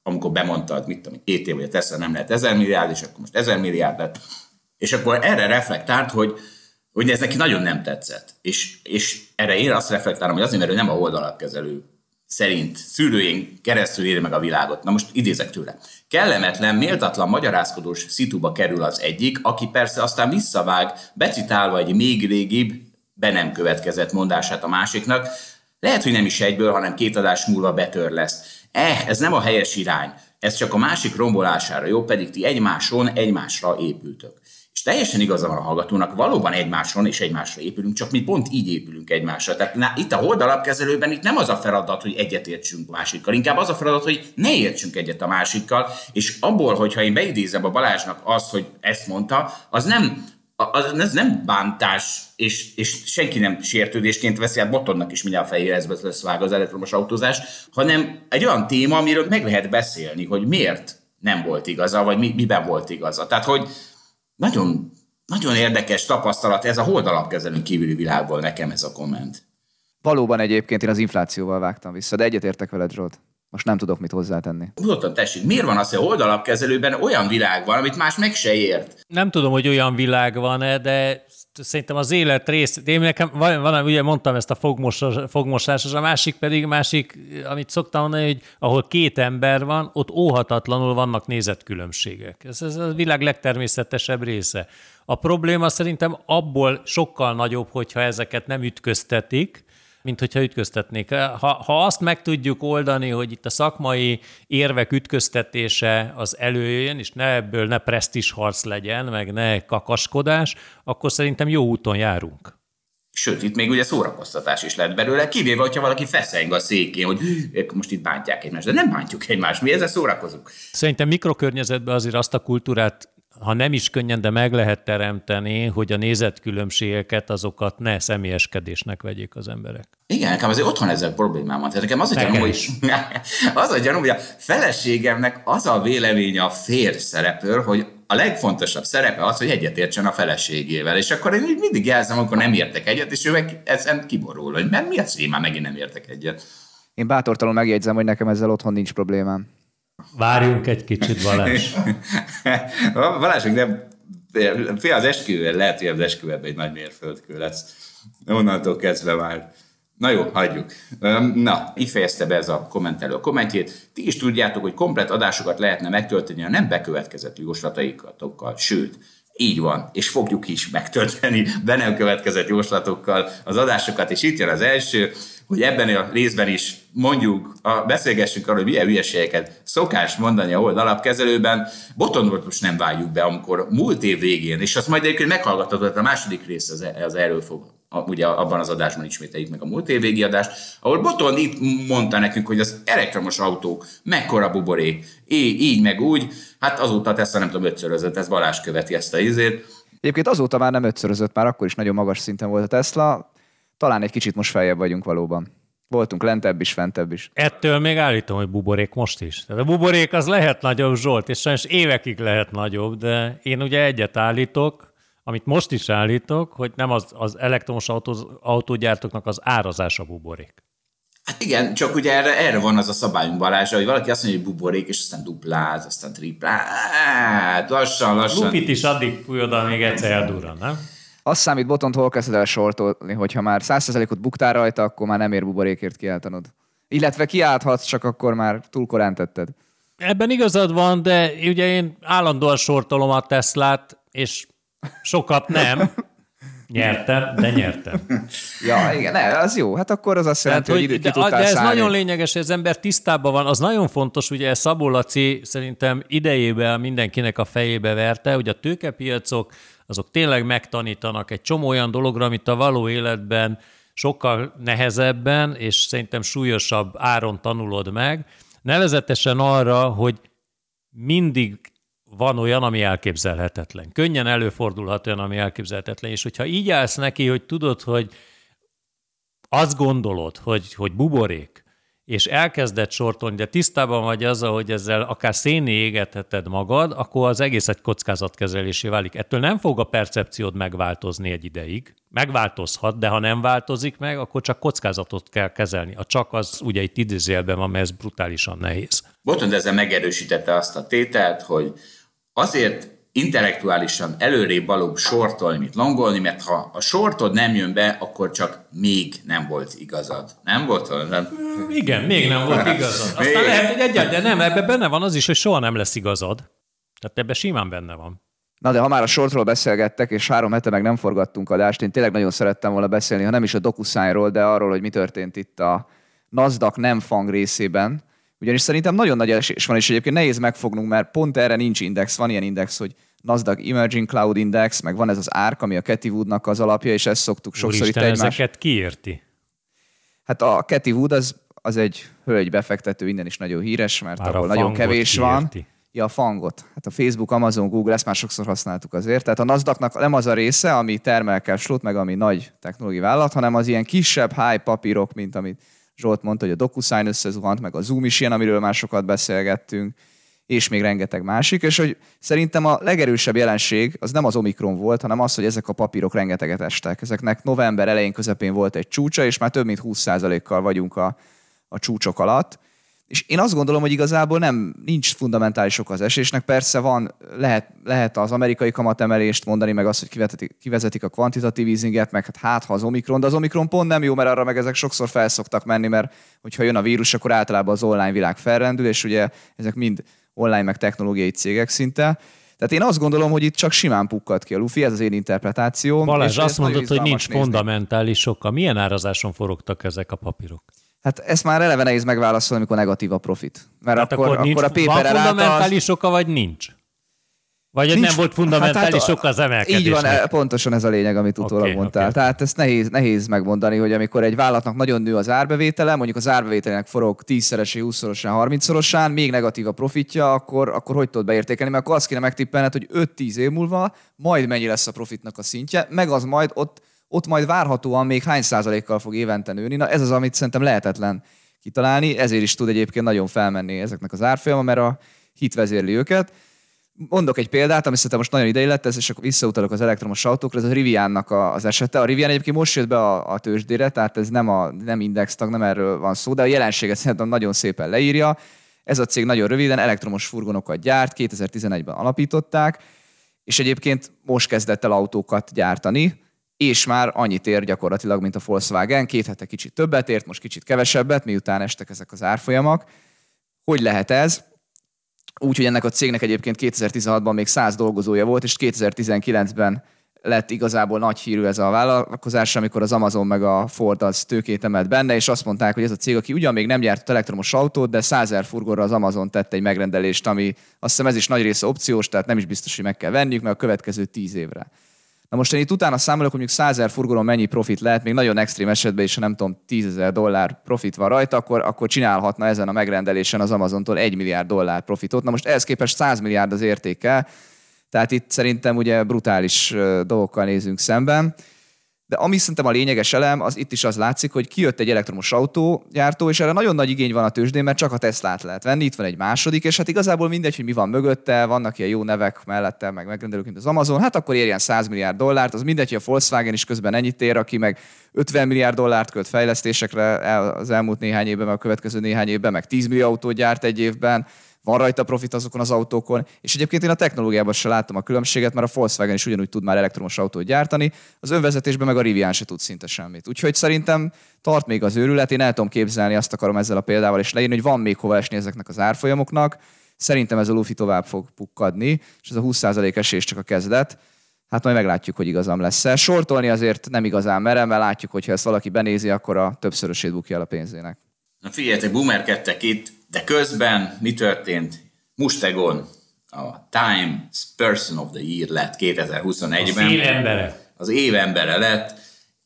amikor bemondtad, mit tudom, két év, hogy a Tesla nem lehet ezer milliárd, és akkor most ezer milliárd lett. És akkor erre reflektált, hogy, hogy ez neki nagyon nem tetszett. És, és erre én azt reflektálom, hogy azért, mert ő nem a holdalapkezelő szerint szűrőjén keresztül éri meg a világot. Na most idézek tőle. Kellemetlen, méltatlan, magyarázkodós szituba kerül az egyik, aki persze aztán visszavág, becitálva egy még régibb, be nem következett mondását a másiknak. Lehet, hogy nem is egyből, hanem két adás múlva betör lesz. Eh, ez nem a helyes irány. Ez csak a másik rombolására jó, pedig ti egymáson egymásra épültök. És teljesen igaza van a hallgatónak, valóban egymáson és egymásra épülünk, csak mi pont így épülünk egymásra. Tehát na, itt a holdalapkezelőben itt nem az a feladat, hogy egyetértsünk másikkal, inkább az a feladat, hogy ne értsünk egyet a másikkal, és abból, hogyha én beidézem a Balázsnak azt, hogy ezt mondta, az nem, az, ez nem bántás, és, és senki nem sértődésként veszi, hát Botondnak is mindjárt a fejére lesz vág az elektromos autózás, hanem egy olyan téma, amiről meg lehet beszélni, hogy miért nem volt igaza, vagy mi, miben volt igaza. Tehát, hogy Nagyon, nagyon érdekes tapasztalat ez a holdalapkezelőn kívüli világból nekem ez a komment. Valóban egyébként én az inflációval vágtam vissza, de egyetértek veled, Zsolt. Most nem tudok mit hozzátenni. Mondottam, tessék, miért van az, hogy a holdalapkezelőben olyan világ van, amit más meg se ért? Nem tudom, hogy olyan világ van-e, de szerintem az élet rész, én nekem van, van, ugye mondtam ezt a fogmosás, fogmosás, a másik pedig, másik, amit szoktam mondani, hogy ahol két ember van, ott óhatatlanul vannak nézetkülönbségek. Ez, ez a világ legtermészetesebb része. A probléma szerintem abból sokkal nagyobb, hogyha ezeket nem ütköztetik, mint hogyha ütköztetnék. Ha, ha azt meg tudjuk oldani, hogy itt a szakmai érvek ütköztetése az előjön, és ne ebből ne presztízsharc legyen, meg ne kakaskodás, akkor szerintem jó úton járunk. Sőt, itt még ugye szórakoztatás is lett belőle, kivéve, hogyha valaki feszeng a székén, hogy ők most itt bántják egymást, de nem bántjuk egymást, mi ezzel szórakozunk. Szerintem mikrokörnyezetben azért azt a kultúrát, ha nem is könnyen, de meg lehet teremteni, hogy a nézetkülönbségeket, azokat ne személyeskedésnek vegyék az emberek. Igen, nekem azért otthon ezzel problémám van. Tehát nekem az a gyanúm, hogy, az a gyanúm, hogy a feleségemnek az a véleménye a férj szerepről, hogy a legfontosabb szerepe az, hogy egyetértsen a feleségével. És akkor én mindig jelzem, amikor nem értek egyet, és ő meg ezen kiborul, hogy mert mi az, hogy én már megint nem értek egyet. Én bátortalanul megjegyzem, hogy nekem ezzel otthon nincs problémám. Várjunk egy kicsit, Balázs. Balázsunk nem, fél az esküvővel, lehet, hogy az esküvőben egy nagy mérföldkő lesz. Onnantól kezdve már. Na jó, hagyjuk. Na, így fejezte be ez a kommentelő a kommentjét. Ti is tudjátok, hogy komplett adásokat lehetne megtölteni a nem bekövetkezett jóslataitokkal, sőt, így van, és fogjuk is megtölteni be nem következett jóslatokkal az adásokat, és itt jön az első, hogy ebben a részben is mondjuk, a, beszélgessünk arról, hogy milyen hülyeségeket szokás mondani a Hold alapkezelőben. Botondot most nem váljuk be, amikor múlt év végén, és azt majd egyébként meghallgathatod, a második rész az, az erről fog, a, ugye abban az adásban ismételjük meg a múlt év végi adást, ahol Botond itt mondta nekünk, hogy az elektromos autók mekkora buborék, így, így meg úgy, hát azóta Tesla nem tudom ötszörözött, ez Balázs követi ezt a izét. Egyébként azóta már nem ötszörözött, már akkor is nagyon magas szinten volt a Tesla, talán egy kicsit most feljebb vagyunk valóban. Voltunk lentebb is, fentebb is. Ettől még állítom, hogy buborék most is. Tehát a buborék az lehet nagyobb, Zsolt, és sajnos évekig lehet nagyobb, de én ugye egyet állítok, amit most is állítok, hogy nem az, az elektromos autó, autógyártóknak az árazása buborék. Hát igen, csak ugye erre, erre van az a szabályunk, Balázs, hogy valaki azt mondja, hogy buborék, és aztán dupláz, aztán tripláz, hát lassan, lassan. Lupit is addig fúj oda, még egyszer eldurran, nem? Azt számít, Botont hol kezded el sortolni, hogyha már száz százalékot buktál rajta, akkor már nem ér buborékért kiáltanod. Illetve kiálthatsz, csak akkor már túl korán tetted. Ebben igazad van, de ugye én állandóan sortolom a Teslát, és sokat nem. Nyertem, de nyertem. Ja, igen, ne, az jó. Hát akkor az azt jelenti, hogy, hogy ki de, tudtál de ez szállni. nagyon lényeges, hogy az ember tisztában van. Az nagyon fontos, ugye Szabó Laci szerintem idejében mindenkinek a fejébe verte, hogy a tőkepiacok azok tényleg megtanítanak egy csomó olyan dologra, amit a való életben sokkal nehezebben és szerintem súlyosabb áron tanulod meg. Nevezetesen arra, hogy mindig van olyan, ami elképzelhetetlen. Könnyen előfordulhat olyan, ami elképzelhetetlen. És hogyha így állsz neki, hogy tudod, hogy azt gondolod, hogy, hogy buborék, és elkezded sortolni, de tisztában vagy azzal, hogy ezzel akár szénné égetheted magad, akkor az egész egy kockázatkezelésé válik. Ettől nem fog a percepciód megváltozni egy ideig. Megváltozhat, de ha nem változik meg, akkor csak kockázatot kell kezelni. A csak az ugye itt idézőjelben van, mert ez brutálisan nehéz. Botond ezzel megerősítette azt a tételt, hogy azért intellektuálisan előrébb valóbb sortolni, mint longolni, mert ha a sortod nem jön be, akkor csak még nem volt igazad. Nem volt? Nem? Igen, még nem volt igazad. Aztán lehet, hogy egyáltalán nem, ebben benne van az is, hogy soha nem lesz igazad. Tehát ebben simán benne van. Na de ha már a shortról beszélgettek, és három hete meg nem forgattunk adást, én tényleg nagyon szerettem volna beszélni, ha nem is a DocuSign-ról, de arról, hogy mi történt itt a NASDAQ nem fang részében. Ugyanis szerintem nagyon nagy esés van, és egyébként nehéz megfognunk, mert pont erre nincs index. Van ilyen index, hogy NASDAQ Emerging Cloud Index, meg van ez az árk, ami a Cathie Woodnak az alapja, és ezt szoktuk sokszor Úristen, itt egymás... ezeket ki érti? Hát a Cathie Wood az, az egy hölgy befektető, innen is nagyon híres, mert már ahol nagyon kevés van. Érti? Ja, a fangot. Hát a Facebook, Amazon, Google, ezt már sokszor használtuk azért. Tehát a NASDAQ-nak nem az a része, ami termel cash-flót, meg ami nagy technológiai vállalat, hanem az ilyen kisebb high papírok, mint amit Zsolt mondta, hogy a DocuSign összezuhant, meg a Zoom is ilyen, amiről már sokat beszélgettünk, és még rengeteg másik, és hogy szerintem a legerősebb jelenség az nem az Omikron volt, hanem az, hogy ezek a papírok rengeteget estek. Ezeknek november elején közepén volt egy csúcsa, és már több mint húsz százalékkal vagyunk a, a csúcsok alatt. És én azt gondolom, hogy igazából nem, nincs fundamentális ok az esésnek. Persze van, lehet, lehet az amerikai kamatemelést mondani, meg azt, hogy kivezetik, kivezetik a kvantitatív easinget, meg hát, hát ha az Omikron, de az Omikron pont nem jó, mert arra meg ezek sokszor felszoktak menni, mert hogyha jön a vírus, akkor általában az online világ felrendül, és ugye ezek mind online meg technológiai cégek szinte. Tehát én azt gondolom, hogy itt csak simán pukkadt ki a lufi, ez az én interpretációm. Balázs, azt mondod, hogy nincs nézni. Fundamentális oka. Milyen árazáson forogtak ezek a papírok? Hát ezt már eleve nehéz megválaszolni, amikor negatív a profit. Mert hát akkor, akkor, akkor nincs, a paper van fundamentális az... oka, vagy nincs? Vagy nincs, nem volt fundamentális hát, oka az emelkedésnek? Így van, pontosan ez a lényeg, amit utólag okay, mondtál. Okay. Tehát ezt nehéz, nehéz megmondani, hogy amikor egy vállalatnak nagyon nő az árbevétele, mondjuk az árbevételének forog tízszeresé, húszszorosan, harmincszorosan, még negatív a profitja, akkor, akkor hogy tudod beértékelni? Mert akkor azt kéne megtippelned, hogy öt-tíz év múlva majd mennyi lesz a profitnak a szintje, meg az majd ott, ott majd várhatóan még hány százalékkal fog évente nőni. Na ez az, amit szerintem lehetetlen kitalálni, ezért is tud egyébként nagyon felmenni ezeknek az árfolyama, mert a hit vezérli őket. Mondok egy példát, ami szerintem most nagyon ideillett, ez, és akkor visszautalok az elektromos autókra, ez a Riviannak az esete. A Rivian egyébként most jött be a, a tőzsdére, tehát ez nem, a, nem indextag, nem erről van szó, de a jelenséget szerintem nagyon szépen leírja. Ez a cég nagyon röviden elektromos furgonokat gyárt, kétezer-tizenegyben alapították, és egyébként most kezdett el autókat gyártani, és már annyit ér gyakorlatilag, mint a Volkswagen. Két hete kicsit többet ért, most kicsit kevesebbet, miután estek ezek az árfolyamak. Hogy lehet ez? Úgy, hogy ennek a cégnek egyébként kétezer-tizenhatban még száz dolgozója volt, és kétezer-tizenkilencben lett igazából nagy hírű ez a vállalkozás, amikor az Amazon meg a Ford az tőkét emelt benne, és azt mondták, hogy ez a cég, aki ugyan még nem gyártott elektromos autót, de százezer furgonra az Amazon tette egy megrendelést, ami azt hiszem ez is nagy része opciós, tehát nem is biztos, hogy meg kell venniük, meg a következő tíz évre. Na most én itt utána számolok, hogy mondjuk százezer furgonon mennyi profit lehet, még nagyon extrém esetben is, ha nem tudom, tízezer dollár profit van rajta, akkor, akkor csinálhatna ezen a megrendelésen az Amazontól egy milliárd dollár profitot. Na most ehhez képest száz milliárd az értéke, tehát itt szerintem ugye brutális dolgokkal nézünk szemben. De ami szerintem a lényeges elem, az itt is az látszik, hogy kijött egy elektromos autógyártó, és erre nagyon nagy igény van a tőzsdén, mert csak a Teslát lehet venni, itt van egy második, és hát igazából mindegy, hogy mi van mögötte, vannak ilyen jó nevek mellette, meg megrendelők, mint az Amazon, hát akkor érjen száz milliárd dollárt, az mindegy, hogy a Volkswagen is közben ennyit ér, aki meg ötven milliárd dollárt költ fejlesztésekre az elmúlt néhány évben, meg a következő néhány évben, meg tíz millió autót gyárt egy évben, van rajta profit azokon az autókon, és egyébként én a technológiában sem láttam a különbséget, mert a Volkswagen is ugyanúgy tud már elektromos autót gyártani, az önvezetésben meg a Rivian se tud szinte semmit. Úgyhogy szerintem tart még az őrület, én el tudom képzelni, azt akarom ezzel a példával is leírni, hogy van még hova esni ezeknek az árfolyamoknak. Szerintem ez a lufi tovább fog pukkadni, és ez a húsz százalék esés csak a kezdet. Hát majd meglátjuk, hogy igazam lesz-e. Sortolni azért nem igazán merem, mert látjuk, hogy ha ezt valaki benézi, akkor a többszörösét bukja el a pénzének. Na figyeljetek, boomerkedtek itt, de közben mi történt? Mustegon a Time Person of the Year lett kétezer-huszonegyben. Az év embere. Az év embere lett,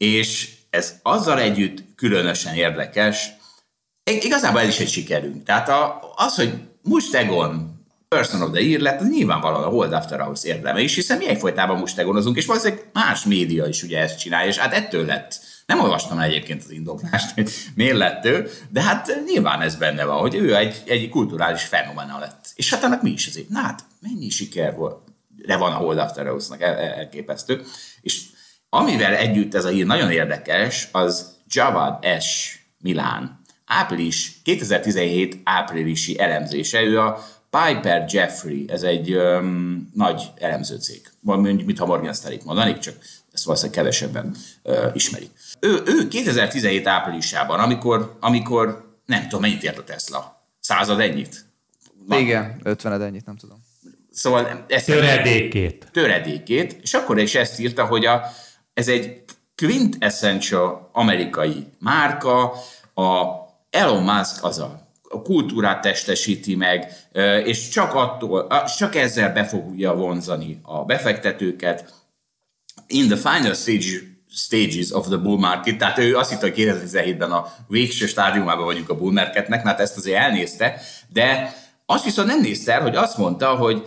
és ez azzal együtt különösen érdekes. Igazából ez is egy sikerünk. Tehát az, hogy Mustegon Person of the Year lett, az nyilvánvalóan a Hold After Hours érdeme is, hiszen mi egyfolytában mustegonozunk, és valószínűleg más média is ugye ezt csinálja, és hát ettől lett Nem olvastam el egyébként az indoklást, hogy miért lett ő, de hát nyilván ez benne van, hogy ő egy, egy kulturális fenomena lett. És hát annak mi is azért? Na hát, mennyi siker volt, de van a Hold After House-nak, el, el, elképesztő. És amivel együtt ez a hír nagyon érdekes, az Javad S. Milán. Április, kétezer-tizenhét áprilisi elemzése, ő a Piper Jaffray, ez egy um, nagy elemző cég. Mondjuk, mintha Morgan Stanley-t mondanék, csak ezt valószínűleg kevesebben uh, ismerik. Ő, ő kétezer-tizenhét áprilisában, amikor, amikor nem tudom, mennyit ért a Tesla? Század ennyit? Na, igen, ötvened ennyit, nem tudom. Szóval ezt töredékét. Töredékét, és akkor is ezt írta, hogy a, ez egy quintessential amerikai márka, a Elon Musk az a, a kultúrát testesíti meg, és csak, attól, csak ezzel be fogja vonzani a befektetőket. In the final stage, stages of the bull market, tehát ő azt hitte, hogy kétezer-tizenhétben a végső stádiumában vagyunk a bull marketnek, mert ezt azért elnézte, de azt viszont nem nézte el, hogy azt mondta, hogy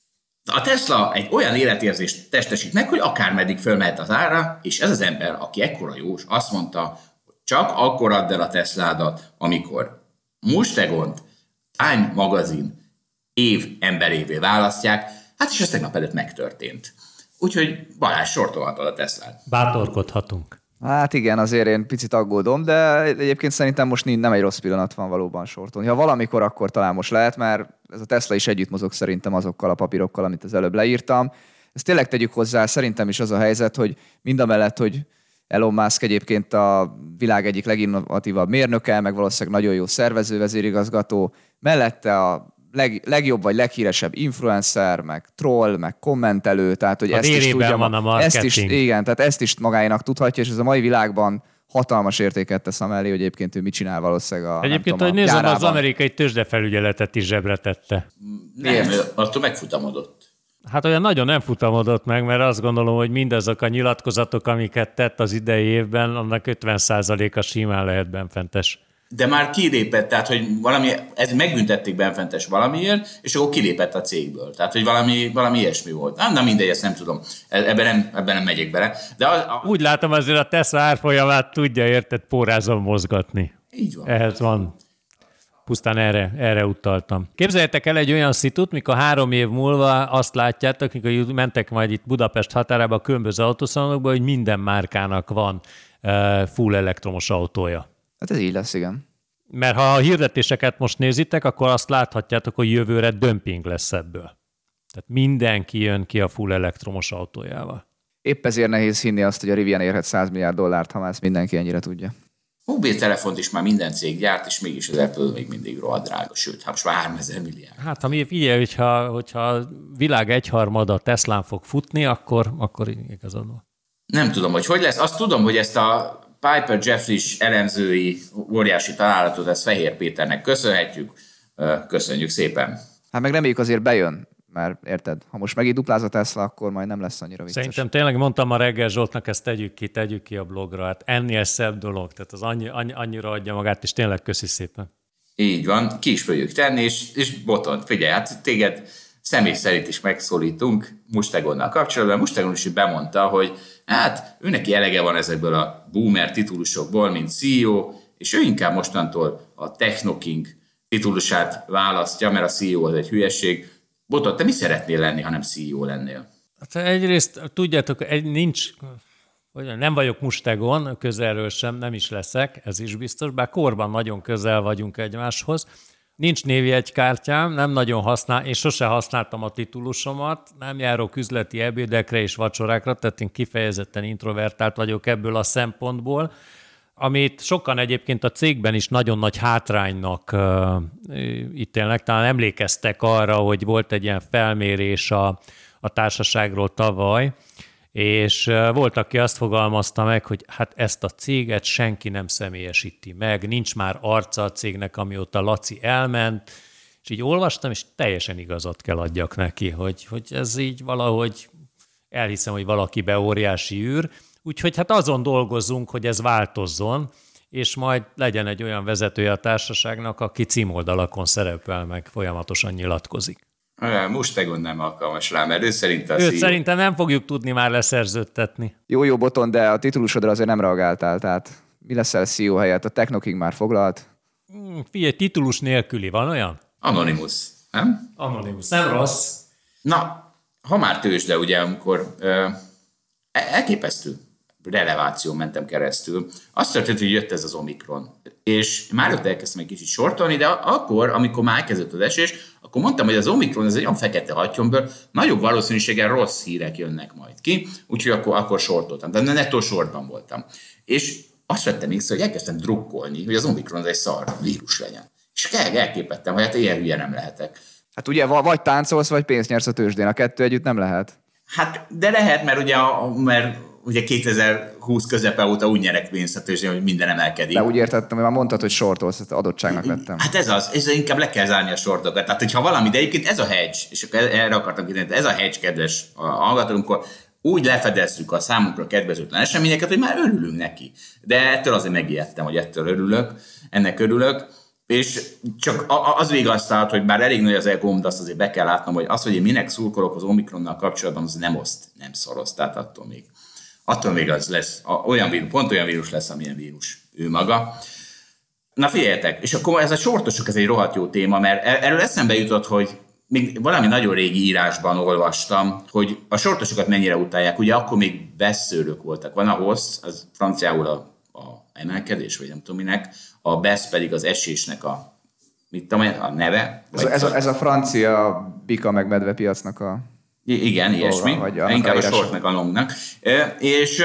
a Tesla egy olyan életérzést testesít meg, hogy akármeddig fölmehet az ára, és ez az ember, aki ekkora jós, azt mondta, hogy csak akkor add el a Tesládat, amikor Mustegont Time magazin év emberévé választják, hát és ez tegnap előtt megtörtént. Úgyhogy Balázs, sortolhatod a Teslát. Bátorkodhatunk. Hát igen, azért én picit aggódom, de egyébként szerintem most nem egy rossz pillanat van valóban sortolni. Ha valamikor, akkor talán most lehet, mert ez a Tesla is együtt mozog szerintem azokkal a papírokkal, amit az előbb leírtam. Ezt tényleg tegyük hozzá, szerintem is az a helyzet, hogy mindamellett, hogy Elon Musk egyébként a világ egyik leginnovatívabb mérnöke, meg valószínűleg nagyon jó szervező, vezérigazgató, mellette a leg, legjobb vagy leghíresebb influencer, meg troll, meg kommentelő, tehát hogy a ezt is tudja, van a marketing. ezt is, igen, tehát ezt is magáénak tudhatja, és ez a mai világban hatalmas értéket tesz amellé, hogy egyébként ő mit csinál valószínűleg a Egyébként, tudom, hogy nézem, gyárában. az amerikai tőzsdefelügyeletet is zsebre tette. Nem, attól megfutamodott. Hát olyan nagyon nem futamodott meg, mert azt gondolom, hogy mindazok a nyilatkozatok, amiket tett az idei évben, annak ötven százaléka simán lehet benfentes. De már kilépett, tehát hogy valami, ez megbüntették benfentes valamiért, és akkor kilépett a cégből. Tehát, hogy valami, valami ilyesmi volt. Na, na mindegy, ezt nem tudom. Ebben nem, ebben nem megyek bele. De a, a... Úgy látom, azért a Tesla árfolyamát tudja, érted, pórázon mozgatni. Így van. Ehhez van. Pusztán erre, erre utaltam. Képzeljétek el egy olyan szitut, mikor három év múlva azt látjátok, mikor mentek majd itt Budapest határába a különböző autószalonokba, hogy minden márkának van uh, full elektromos autója. Hát ez így lesz, igen. Mert ha a hirdetéseket most nézitek, akkor azt láthatjátok, hogy jövőre dömping lesz ebből. Tehát mindenki jön ki a full elektromos autójával. Épp ezért nehéz hinni azt, hogy a Rivian érhet száz milliárd dollárt, ha már ezt mindenki ennyire tudja. Mobiltelefont is már minden cég gyárt, és mégis az Apple még mindig rohadt drága, sőt, hát most már háromezer milliárd. Hát ha mi figyelj, hogyha, hogyha a világ egyharmada Teslán fog futni, akkor, akkor igazad van. Nem tudom, hogy hogy lesz. Azt tudom, hogy ezt a Piper Jaffray-s elemzői óriási találatot, ezt Fehér Péternek köszönhetjük. Köszönjük szépen. Hát meg reméljük azért bejön, mert érted, ha most megint dupláz a Tesla, akkor majd nem lesz annyira vicces. Szerintem tényleg mondtam ma reggel Zsoltnak, ezt tegyük ki, tegyük ki a blogra. Hát ennél szebb dolog, tehát az annyi, annyi, annyira adja magát, és tényleg köszi szépen. Így van, ki is fogjuk tenni, és, és Boton, figyelj, hát téged személy szerint is megszólítunk Mustegonnal kapcsolatban. Mustegon is bemondta, hogy hát ő neki elege van ezekből a boomer titulusokból, mint cé e o, és ő inkább mostantól a Technoking titulusát választja, mert a cé e o az egy hülyeség. Boton, te mi szeretnél lenni, ha nem cé e o lennél? Hát egyrészt tudjátok, egy, nincs, nem vagyok Mustegon, közelről sem, nem is leszek, ez is biztos, bár korban nagyon közel vagyunk egymáshoz. Nincs névjegykártyám, nem nagyon használ, én sose használtam a titulusomat, nem járok üzleti ebédekre és vacsorákra, tehát én kifejezetten introvertált vagyok ebből a szempontból, amit sokan egyébként a cégben is nagyon nagy hátránynak uh, ítélnek. Talán emlékeztek arra, hogy volt egy ilyen felmérés a, a társaságról tavaly, és uh, volt, aki azt fogalmazta meg, hogy hát ezt a céget senki nem személyesíti meg, nincs már arca a cégnek, amióta Laci elment, és így olvastam, és teljesen igazat kell adjak neki, hogy, hogy ez így valahogy elhiszem, hogy valakibe óriási űr, úgyhogy hát azon dolgozzunk, hogy ez változzon, és majd legyen egy olyan vezetője a társaságnak, aki címoldalakon szerepel, meg folyamatosan nyilatkozik. Mustegon nem alkalmas rá, mert ő szerint a Őt szerintem nem fogjuk tudni már leszerződtetni. Jó, jó, Boton, de a titulusodra azért nem reagáltál, tehát mi leszel C E O helyett? A Technoking már foglalt. Hmm, figyelj, titulus nélküli, van olyan? Anonymous, nem? Anonymous, nem rossz. Na, ha már tőzsde, ugye, amikor ö, elképesztő releváció mentem keresztül, azt történt, hogy jött ez az Omikron. És már ott elkezdtem egy kicsit sortolni, de akkor, amikor már elkezdett az esés, akkor mondtam, hogy az Omikron ez egy olyan fekete hattyomből, nagyobb valószínűséggel rossz hírek jönnek majd ki, úgyhogy akkor, akkor sortoltam. De nettó sortban voltam. És azt vettem észre, hogy elkezdtem drukkolni, hogy az Omikron az egy szar vírus legyen. És elképettem, hogy hát ilyen hülye nem lehetek. Hát ugye vagy táncolsz, vagy pénzt nyersz a tőzsdén. A kettő együtt nem lehet. Hát, de lehet, mert ugye, mert ugye kétezer-húsz közepe óta úgy nyerek pénzt a tőzsdén, hogy minden emelkedik. De úgy értettem, hogy már mondtad, hogy sortolsz, ezt adottságnak vettem. Hát ez az, ez inkább le kell zárni a sortokat. Tehát, hogyha valami, de egyébként ez a hedge, és akkor erre akartam kérdezni, ez a hedge, kedves hallgatónkkal, úgy lefedezzük a számunkra kedvezőtlen eseményeket, hogy már örülünk neki. De ettől azért megijedtem, hogy ettől örülök, ennek örülök. És csak az vigasztalt, hogy bár elég nagy az egóm, de azt azért be kell látnom, hogy az, hogy én minek szurkolok az Omikronnal kapcsolatban, az nem oszt, nem szoroz. Tehát attól még, attól még az lesz, olyan vírus, pont olyan vírus lesz, amilyen vírus ő maga. Na figyeljetek, és akkor ez a sortosok, ez egy rohadt jó téma, mert erről eszembe jutott, hogy még valami nagyon régi írásban olvastam, hogy a sortosokat mennyire utálják. Ugye akkor még beszőrök voltak. Van a hossz, az franciául a, a emelkedés, vagy nem tudom minek, a besz pedig az esésnek a, mit tudom, a neve. Ez, ez, a, ez a francia bika meg medve piacnak a... I- igen, ilyesmi. Inkább a shortnak, a longnak. E, és,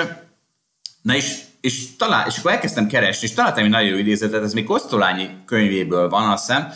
na és, és, talál, és akkor elkezdtem keresni, és találtam egy nagyon jó idézetet, ez még Kosztolányi könyvéből van, azt hiszem,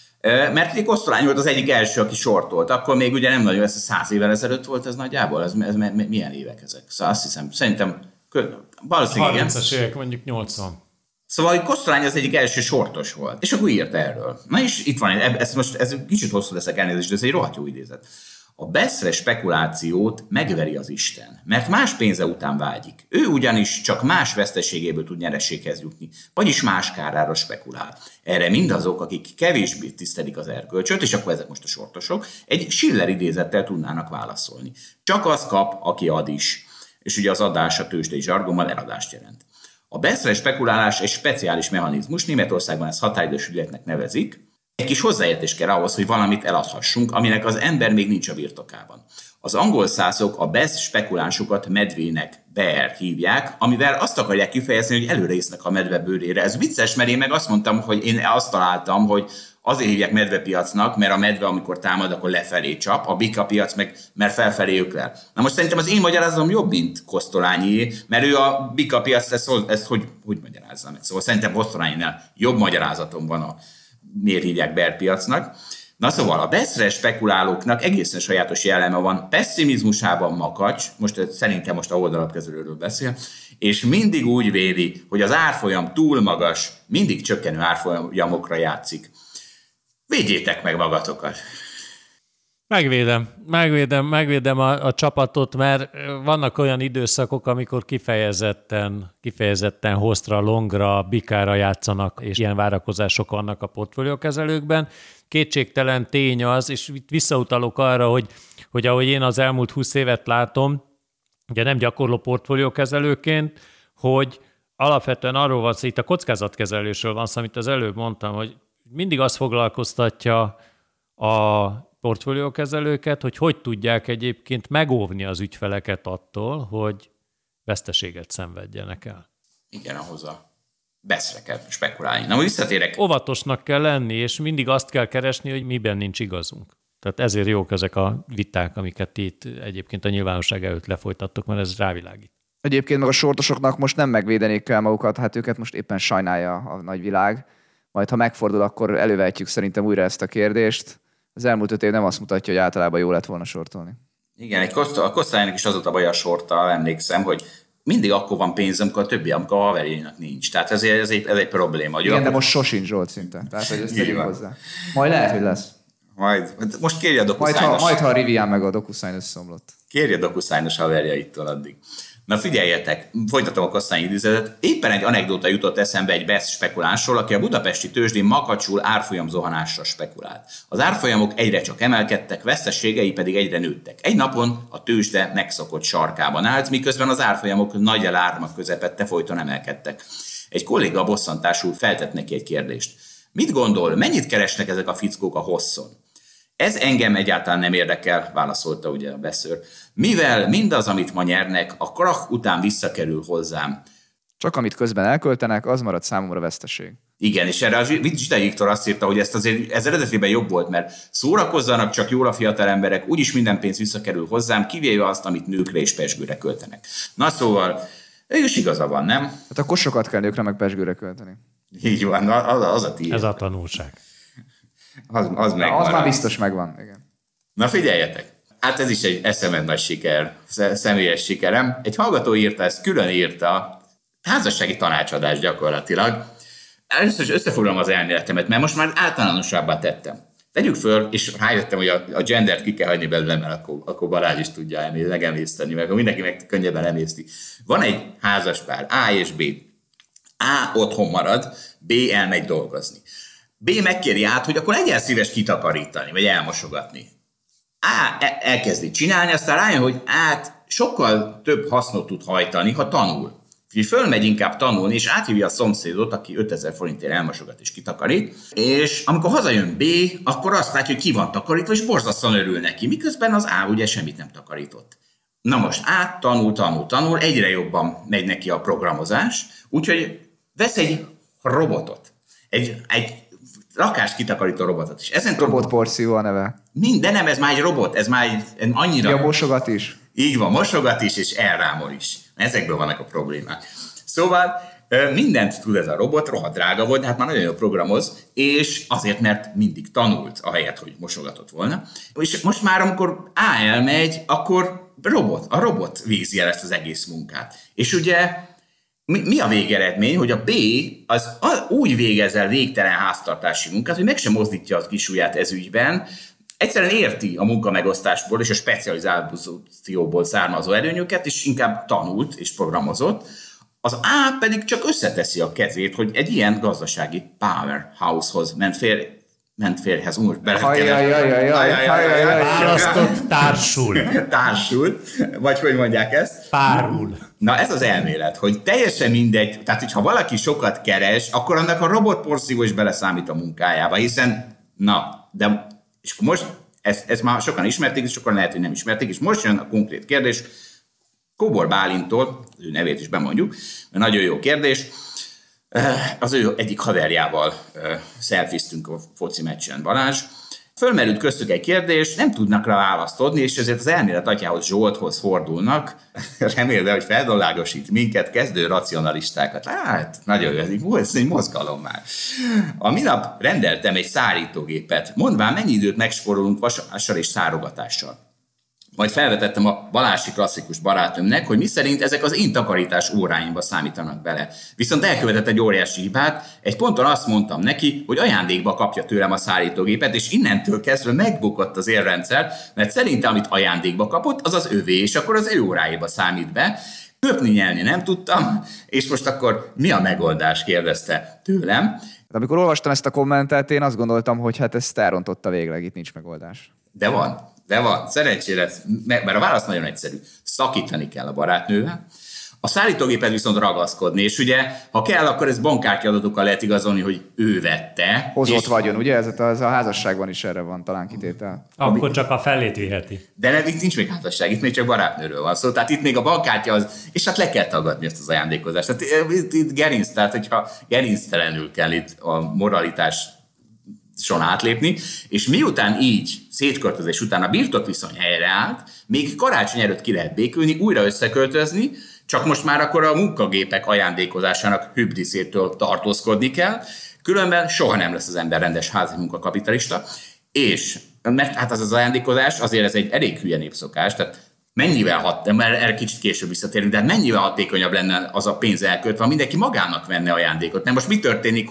mert ugye Kosztolányi volt az egyik első, aki sortolt. Akkor még ugye nem nagyon, ez a száz évvel ezelőtt volt ez nagyjából? Ez, ez, ez milyen évek ezek? Szóval azt hiszem, szerintem valószínűleg igen. harmincas évek, mondjuk nyolcvan. Szóval, hogy Kosztolányi az egyik első sortos volt, és akkor írt erről. Na és itt van, ez most ez kicsit hosszú leszek, elnézést, de ez egy rohadt jó idézet. A beszre spekulációt megveri az Isten, mert más pénze után vágyik. Ő ugyanis csak más veszteségéből tud nyereséghez jutni, vagyis más kárára spekulál. Erre mindazok, akik kevésbé tisztelik az erkölcsöt, és akkor ezek most a sortosok, egy Schiller idézettel tudnának válaszolni. Csak az kap, aki ad is. És ugye az adás a tőzsdei zsargonban eladást jelent. A beszre spekulálás egy speciális mechanizmus, Németországban ezt határidős ügyletnek nevezik. Egy kis hozzáértés kell ahhoz, hogy valamit eladhassunk, aminek az ember még nincs a birtokában. Az angol szászok a besz spekulánsokat medvének, bear hívják, amivel azt akarják kifejezni, hogy előre isznak a medve bőrére. Ez vicces, mert én meg azt mondtam, hogy én azt találtam, hogy azért hívják medvepiacnak, mert a medve, amikor támad, akkor lefelé csap, a bika piac meg, mert felfelé öklel. Na most szerintem az én magyarázatom jobb, mint Kosztolányié, mert ő a bika piac, ezt, ezt hogy, hogy magyarázza meg? Szóval szerintem Kosztolányinál jobb magyarázatom van a miért hívják bear piacnak. Na szóval a beszre spekulálóknak egészen sajátos jelleme van, pessimizmusában makacs, most szerintem most a oldalapkezelőről beszél, és mindig úgy véli, hogy az árfolyam túl magas, mindig csökkenő árfolyamokra játszik. Védjétek meg magatokat! Megvédem, megvédem, megvédem a, a csapatot, mert vannak olyan időszakok, amikor kifejezetten, kifejezetten hosszra, longra, bikára játszanak, és ilyen várakozások vannak a portfóliókezelőkben. Kétségtelen tény az, és itt visszautalok arra, hogy, hogy ahogy én az elmúlt húsz évet látom, ugye nem gyakorló portfóliókezelőként, hogy alapvetően arról van szó, itt a kockázatkezelésről van szó, amit az előbb mondtam, hogy mindig azt foglalkoztatja a portfóliókezelőket, hogy hogy tudják egyébként megóvni az ügyfeleket attól, hogy veszteséget szenvedjenek el. Igen, ahhoz a beszre kell spekulálni. Na, visszatérek. Óvatosnak kell lenni, és mindig azt kell keresni, hogy miben nincs igazunk. Tehát ezért jók ezek a viták, amiket ti itt egyébként a nyilvánosság előtt lefolytattok, mert ez rávilágít. Egyébként meg a sortosoknak most nem megvédenék kell magukat, hát őket most éppen sajnálja a nagyvilág. Majd ha megfordul, akkor elővehetjük szerintem újra ezt a kérdést. Az elmúlt öt év nem azt mutatja, hogy általában jó lett volna sortolni. Igen, egy Koszta, a Kosztolánynak is az volt a baj a sorttal, emlékszem, hogy mindig akkor van pénz, amikor a többi, amikor a haverjainak nincs. Tehát ez, ez, egy, ez egy probléma. Igen, de most sosincs Zsolt szinte. Tehát, hogy ezt tegyük hozzá. Majd lehet, hogy lesz. Majd. Most kérje a DocuSign-os. Majd, ha, majd, ha a Rivian meg a DocuSign összeomlott. Kérje a DocuSign-os haverjaittól addig. Na figyeljetek, folytatom a Kasztányi idézetet. Éppen egy anekdóta jutott eszembe egy BESZ spekulánsról, aki a budapesti tőzsdén makacsul árfolyam zuhanásra spekulált. Az árfolyamok egyre csak emelkedtek, veszteségei pedig egyre nőttek. Egy napon a tőzsde megszokott sarkában állt, miközben az árfolyamok nagy elármak közepette folyton emelkedtek. Egy kolléga bosszantásul feltett neki egy kérdést. Mit gondol, mennyit keresnek ezek a fickók a hosszon? Ez engem egyáltalán nem érdekel, válaszolta ugye a beszőr. Mivel mindaz, amit ma nyernek, a krach után visszakerül hozzám. Csak amit közben elköltenek, az marad számomra veszteség. Igen, és erre a Zsidai Viktor azt írta, hogy ezt azért ez eredetében jobb volt, mert szórakozzanak csak jól a fiatal emberek, úgyis minden pénz visszakerül hozzám, kivéve azt, amit nőkre és pezsgőre költenek. Na szóval, is igaza van, nem? Hát akkor sokat kell nőkre meg pezsgőre költeni. Így van, az, az a tiéd. Ez a tanulság. Az, az, Na, az már biztos megvan, igen. Na figyeljetek, hát ez is egy eszemben nagy siker, személyes sikerem. Egy hallgató írta, ezt külön írta, házassági tanácsadás gyakorlatilag. Először is összefoglalom az elméletemet, mert most már általánosabbá tettem. Tegyük föl, és rájöttem, hogy a, a gendert ki kell hagyni belőle, mert akkor, akkor Balázs is tudja megemészteni, meg mindenki meg könnyebben emészti. Van egy házaspár, A és B. A otthon marad, B elmegy dolgozni. B megkéri át, hogy akkor legyen szíves kitakarítani, vagy elmosogatni. A elkezdi csinálni, aztán rájön, hogy át sokkal több hasznot tud hajtani, ha tanul. Úgyhogy fölmegy inkább tanulni, és áthívja a szomszédot, aki ötezer forintért elmosogat és kitakarít, és amikor hazajön B, akkor azt látja, hogy ki van takarítva, és borzasztóan örül neki, miközben az A ugye semmit nem takarított. Na most A tanul, tanul, tanul, egyre jobban megy neki a programozás, úgyhogy vesz egy robotot, egy, egy lakás kitakarító robotot is. Ezen Robotporció a neve. Minden nem, ez már egy robot, ez már egy, annyira... Ja, mosogat is. Így van, mosogat is, és elrámol is. Ezekből vannak a problémák. Szóval mindent tud ez a robot, rohadt drága volt, de hát már nagyon jól programoz, és azért, mert mindig tanult, ahelyett, hogy mosogatott volna. És most már, amikor A elmegy, akkor robot, a robot végzi el ezt az egész munkát. És ugye mi, mi a végeredmény, hogy a B az úgy végez el végtelen háztartási munkát, hogy meg sem mozdítja az kis ujját ez ügyben, egyszerűen érti a munkamegosztásból és a specializációból származó előnyöket, és inkább tanult és programozott. Az A pedig csak összeteszi a kezét, hogy egy ilyen gazdasági powerhouse-hoz ment fér, ment férhez. Úr, választott társul. Társul, vagy hogy mondják ezt? Párul. Na ez az elmélet, hogy teljesen mindegy, tehát hogyha valaki sokat keres, akkor annak a robotporszívó is beleszámít a munkájába, hiszen, na, de és most ezt, ezt már sokan ismerték, és sokan lehet, hogy nem ismerték, és most jön a konkrét kérdés, Kóbor Bálintól, az ő nevét is bemondjuk, mert nagyon jó kérdés, az ő egyik haverjával szelfiztünk a foci meccsen, Balázs. Fölmerült köztük egy kérdés, nem tudnak rá választ adni, és ezért az elmélet atyához, Zsolthoz fordulnak. Remélem, hogy feldollágosít minket, kezdő racionalistákat. Hát, nagyon jó, ez egy mozgalom már. A minap rendeltem egy szárítógépet, mondván mennyi időt megsporolunk vasással és szárogatással. Majd felvetettem a Balási klasszikus barátnőmnek, hogy miszerint ezek az én takarítás óráimba számítanak bele. Viszont elkövetett egy óriási hibát, egy ponton azt mondtam neki, hogy ajándékba kapja tőlem a szárítógépet, és innentől kezdve megbukott az érrendszer, mert szerintem, amit ajándékba kapott, az az övé, és akkor az ő óráiba számít be. Köpni nyelni nem tudtam, és most akkor mi a megoldás, kérdezte tőlem. De amikor olvastam ezt a kommentet, én azt gondoltam, hogy hát ezt elrontotta végleg, itt nincs megoldás. De van. De van, szerencsére, mert a válasz nagyon egyszerű. Szakítani kell a barátnővel, a szállítógépet viszont ragaszkodni, és ugye, ha kell, akkor ez bankkártya adatokkal lehet igazolni, hogy ő vette. Hozott vagyon, ugye? Ez a, ez a házasságban is erre van talán kitétel. Akkor Ami... csak a fellét viheti. De nem, itt nincs még házasság, itt még csak barátnőről van szó, tehát itt még a bankkártya az, és hát le kell tagadni ezt az ajándékozást. Tehát itt, itt gerinc, tehát hogyha gerinctelenül kell itt a moralitás son átlépni, és miután így szétköltözés után a birtokviszony helyreállt, még karácsony előtt ki lehet békülni, újra összeköltözni, csak most már akkor a munkagépek ajándékozásának hübriszétől tartózkodni kell, különben soha nem lesz az ember rendes házi munkakapitalista, és mert hát az az ajándékozás, azért ez egy elég hülye népszokás, tehát mennyivel hat, mert erre kicsit később visszatérünk, de hát mennyivel hatékonyabb lenne az a pénz elköltve, ha mindenki magának venne ajándékot. Nem most mi történik, hogy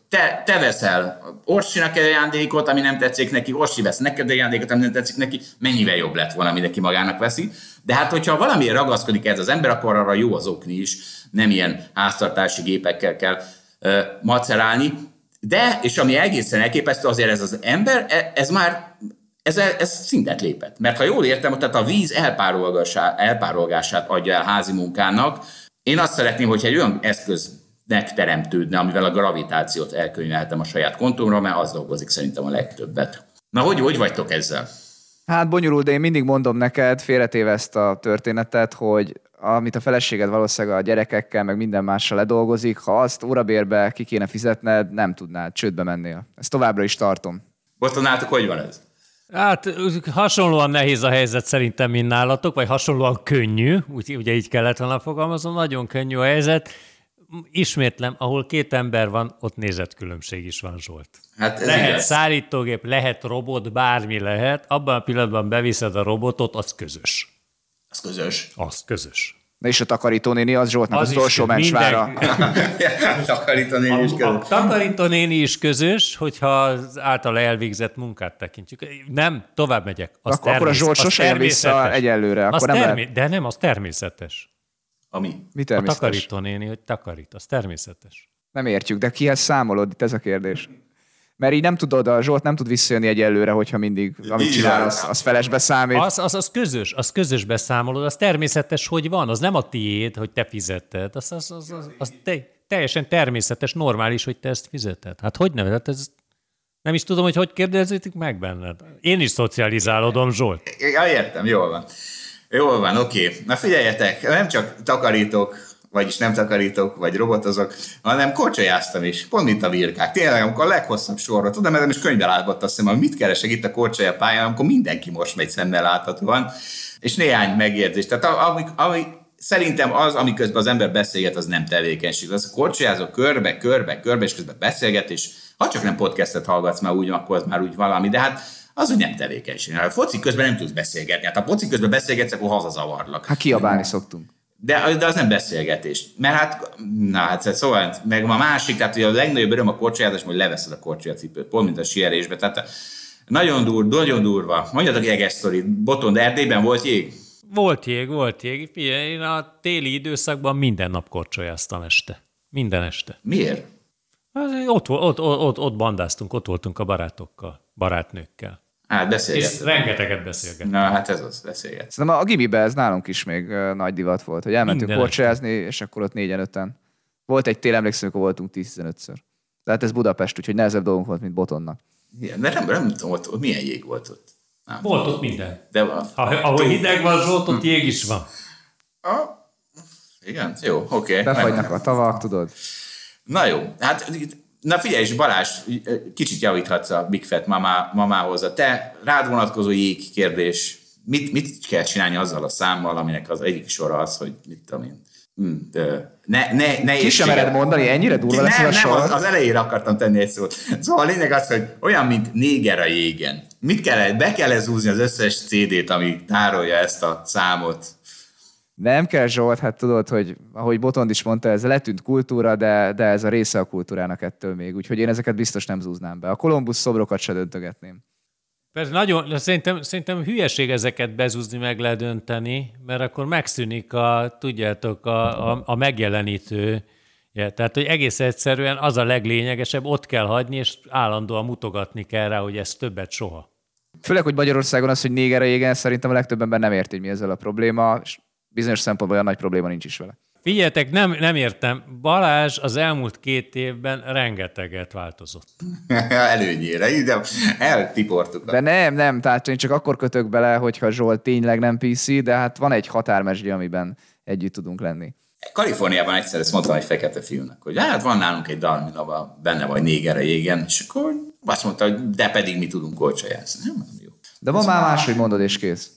te, te veszel Orsinak egy ajándékot, ami nem tetszik neki, Orsi vesz neked egy ajándékot, ami nem tetszik neki, mennyivel jobb lett volna, mindenki magának veszi. De hát, hogyha valamiért ragaszkodik ez az ember, akkor arra jó az okni is, nem ilyen háztartási gépekkel kell uh, macerálni. De, és ami egészen elképesztő, azért ez az ember, ez már ez, ez szintet lépett. Mert ha jól értem, tehát a víz elpárolgását, elpárolgását adja el házi munkának. Én azt szeretném, hogyha egy olyan eszköznek teremtődne, amivel a gravitációt elkönyvelhetem a saját kontomra, mert az dolgozik szerintem a legtöbbet. Na, hogy, hogy vagytok ezzel? Hát bonyolult, de én mindig mondom neked, félretéve ezt a történetet, hogy amit a feleséged valószínűleg a gyerekekkel, meg minden mással ledolgozik, ha azt órabérbe ki kéne fizetned, nem tudnád, csődbe mennél. Ezt továbbra is tartom. Boston, nálatok hogy van ez? Hát hasonlóan nehéz a helyzet szerintem, mint nálatok, vagy hasonlóan könnyű, úgy, ugye így kellett volna fogalmazom, nagyon könnyű a helyzet. Ismétlem, ahol két ember van, ott nézetkülönbség is van, Zsolt. Hát ez lehet igaz. szállítógép, lehet robot, bármi lehet, abban a pillanatban beviszed a robotot, az közös. Az közös. Az közös. Na és a takarítónéni, az Zsoltnak az, Az az utolsó is mencsvára. Takarítónéni is A közös. takarítónéni is közös, hogyha az általa elvégzett munkát tekintjük. Nem, tovább megyek. Az Akkor, akkor a Zsolt sose jön vissza egyelőre. Az Akkor nem termi- lehet. De nem, az természetes. Ami? Mi A természetes? takarítónéni, hogy takarít, az természetes. Nem értjük, de kihez számolod? Itt ez a kérdés. Mert így nem tudod, a Zsolt nem tud visszajönni egyelőre, hogyha mindig, amit Így csinál, van. az, az felesbe számít. Az, az, az közös, az közös beszámolod, az természetes, hogy van, az nem a tiéd, hogy te fizetted, az, az, az, az, az te, teljesen természetes, normális, hogy te ezt fizeted. Hát hogy nevezett ez? Nem is tudom, hogy hogy kérdezzétek meg benned. Én is szocializálodom, Zsolt. Ja, értem, jól van. Jól van, oké. Na figyeljetek, nem csak takarítok, vagyis nem takarítok, vagy robotozok, hanem korcsolyáztam is, pont mint a birkák. Tényleg, amikor a leghosszabb sorra, tudom, mert nem is könyvbe láthatta a szemem, mit keresek itt a korcsolya pályán, amikor mindenki most megy szemmel láthatóan, és néhány megjegyzés. Tehát ami, ami szerintem az, amiközben az ember beszélget, az nem tevékenység. Az a korcsolyázó körbe, körbe, körbe, és közben beszélget, és ha csak nem podcastet hallgatsz már úgy, akkor az már úgy valami, de hát az úgy nem tevékenység. Ha foci közben nem tudsz beszélgetni. Hát ha foci közben beszélgetsz, akkor hazazavarlak. Hát kiabálni szoktunk. De, de az nem beszélgetés. Mert hát, na hát szóval, meg a másik, tehát hogy a legnagyobb öröm a korcsolyázás, hogy leveszed a korcsolyacipőt, pont mint a sierésbe. Tehát nagyon, dur, nagyon durva. Mondjatok jeges sztorit. Botond, Erdélyben volt jég? Volt jég, volt jég. Figyelj, én a téli időszakban minden nap korcsolyáztam este. Minden este. Miért? Az, ott, ott, ott, ott, ott bandáztunk, ott voltunk a barátokkal, barátnőkkel. Hát És beszélgetünk. rengeteget beszélgetünk. Na, hát ez az, beszélget. Szerintem a gimiben ez nálunk is még uh, nagy divat volt, hogy elmentünk Minden korcsolyázni, és akkor ott négyen, öten. Volt egy tél, emlékszem, amikor voltunk tíz-tizenötször. Tehát ez Budapest, úgyhogy nehezebb dolgunk volt, mint Botonnak. Igen, de nem, nem tudom, ott, ott milyen jég volt ott. Nem. Volt ott minden. De van. Ha, ahol hideg van, Zsolt, ott jég is van. Ah, igen, jó, oké. Okay. Befagynak a tavak, tudod. Na jó, hát na figyelj, és Balázs, kicsit javíthatsz a Big Fat mamá, mamához. A te rád vonatkozó jég kérdés, mit, mit kell csinálni azzal a számmal, aminek az egyik sora az, hogy mit tudom én, ne, ne, ne Ki sem mered mondani, ennyire durva lesz nem, a nem, sor? az, az elejére akartam tenni egy szót. Szóval a lényeg az, hogy olyan, mint néger a jégen. Mit kell, be kell zúzni az összes cé dét, ami tárolja ezt a számot? Nem kell, Zsolt, hát tudod, hogy ahogy Botond is mondta, ez letűnt kultúra, de, de ez a része a kultúrának ettől még. Úgyhogy én ezeket biztos nem zúznám be. A Kolumbusz szobrokat se döntögetném. Persze nagyon, szerintem, szerintem hülyeség ezeket bezúzni, meg ledönteni, mert akkor megszűnik a, tudjátok, a, a, a megjelenítő. Ja, tehát, hogy egész egyszerűen az a leglényegesebb, ott kell hagyni, és állandóan mutogatni kell rá, hogy ez többet soha. Főleg, hogy Magyarországon az, hogy néger a jégen, szerintem a legtöbb ember nem érti, hogy mi ezzel a probléma, és bizonyos szempontból olyan nagy probléma nincs is vele. Figyeljetek, nem, nem értem. Balázs az elmúlt két évben rengeteget változott. Előnyére, ide eltiportuk. De nem, nem, tehát én csak akkor kötök bele, hogyha Zsolt tényleg nem pé cé, de hát van egy határmesdje, amiben együtt tudunk lenni. Kaliforniában egyszer ezt mondtam egy fekete fiúnak, hogy hát van nálunk egy dal, amin abban benne vagy néger a jégen, és akkor azt mondta, hogy de pedig mi tudunk korcsolyázni. Nem, nem jó. De van már máshogy mondod, és kész.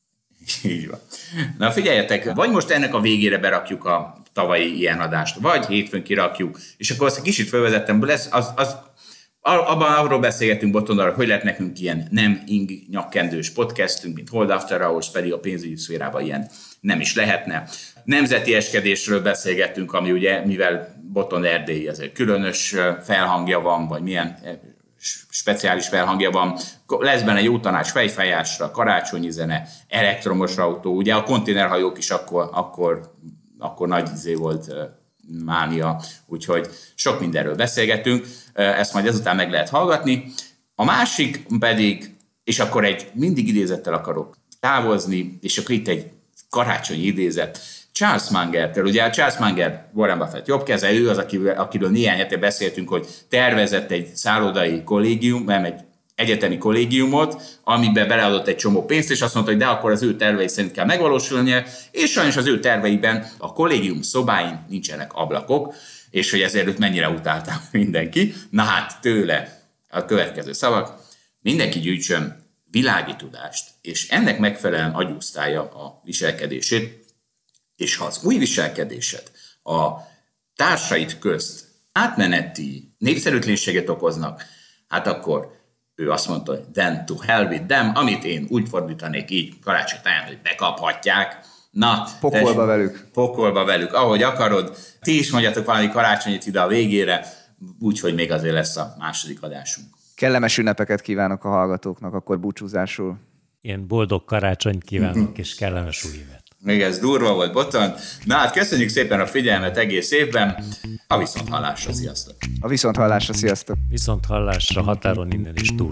Így van. Na figyeljetek, vagy most ennek a végére berakjuk a tavalyi ilyen adást, vagy hétfőn kirakjuk, és akkor azt egy kicsit felvezettem, lesz, az, az Abban arról beszélgetünk Botondalra, hogy lett nekünk ilyen nem ing nyakkendős podcastünk, mint Hold After Hours, pedig a pénzügyi szférában ilyen nem is lehetne. Nemzeti eskedésről beszélgettünk, ami ugye, mivel Botond erdélyi, ezért különös felhangja van, vagy milyen speciális felhangja van. Lesz benne jó tanács fejfájásra, karácsonyi zene, elektromos autó. Ugye a konténerhajók is akkor, akkor, akkor nagy izé volt mánia, úgyhogy sok mindenről beszélgetünk. Ezt majd ezután meg lehet hallgatni. A másik pedig, és akkor egy mindig idézettel akarok távozni, és akkor itt egy karácsonyi idézet, Charles Mungertől. Ugye Charles Munger, Warren Buffett jobb keze, ő az, akiről, akiről néhány hete beszéltünk, hogy tervezett egy szállodai kollégium, nem egy egyetemi kollégiumot, amiben beleadott egy csomó pénzt, és azt mondta, hogy de akkor az ő tervei szerint kell megvalósulnia, és sajnos az ő terveiben a kollégium szobáin nincsenek ablakok, és hogy ezért őt mennyire utálta mindenki. Na hát tőle a következő szavak, mindenki gyűjtsön világi tudást, és ennek megfelelően agyusztálja a viselkedését, és ha az új viselkedésed a társait közt átmeneti népszerűtlenséget okoznak, hát akkor ő azt mondta, hogy then to hell with them, amit én úgy fordítanék így karácsony táján, hogy bekaphatják. Na, pokolba tess, velük. Pokolba velük, ahogy akarod. Ti is mondjatok valami karácsonyit ide a végére, úgyhogy még azért lesz a második adásunk. Kellemes ünnepeket kívánok a hallgatóknak, akkor búcsúzásul. Én boldog karácsonyt kívánok, és kellemes új évet. Még ez durva volt, Botond. Na hát köszönjük szépen a figyelmet egész évben. A viszonthallásra, sziasztok! A viszonthallásra, sziasztok! Viszonthallásra határon innen is túl.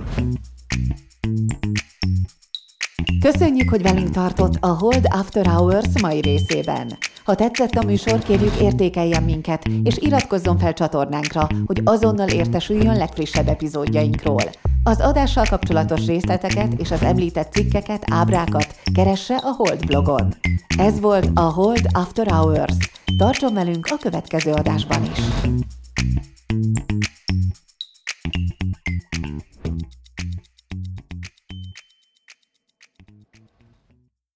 Köszönjük, hogy velünk tartott a Hold After Hours mai részében. Ha tetszett a műsor, kérjük értékeljen minket, és iratkozzon fel csatornánkra, hogy azonnal értesüljön legfrissebb epizódjainkról. Az adással kapcsolatos részleteket és az említett cikkeket, ábrákat keresse a Hold blogon. Ez volt a Hold After Hours. Tartson velünk a következő adásban is!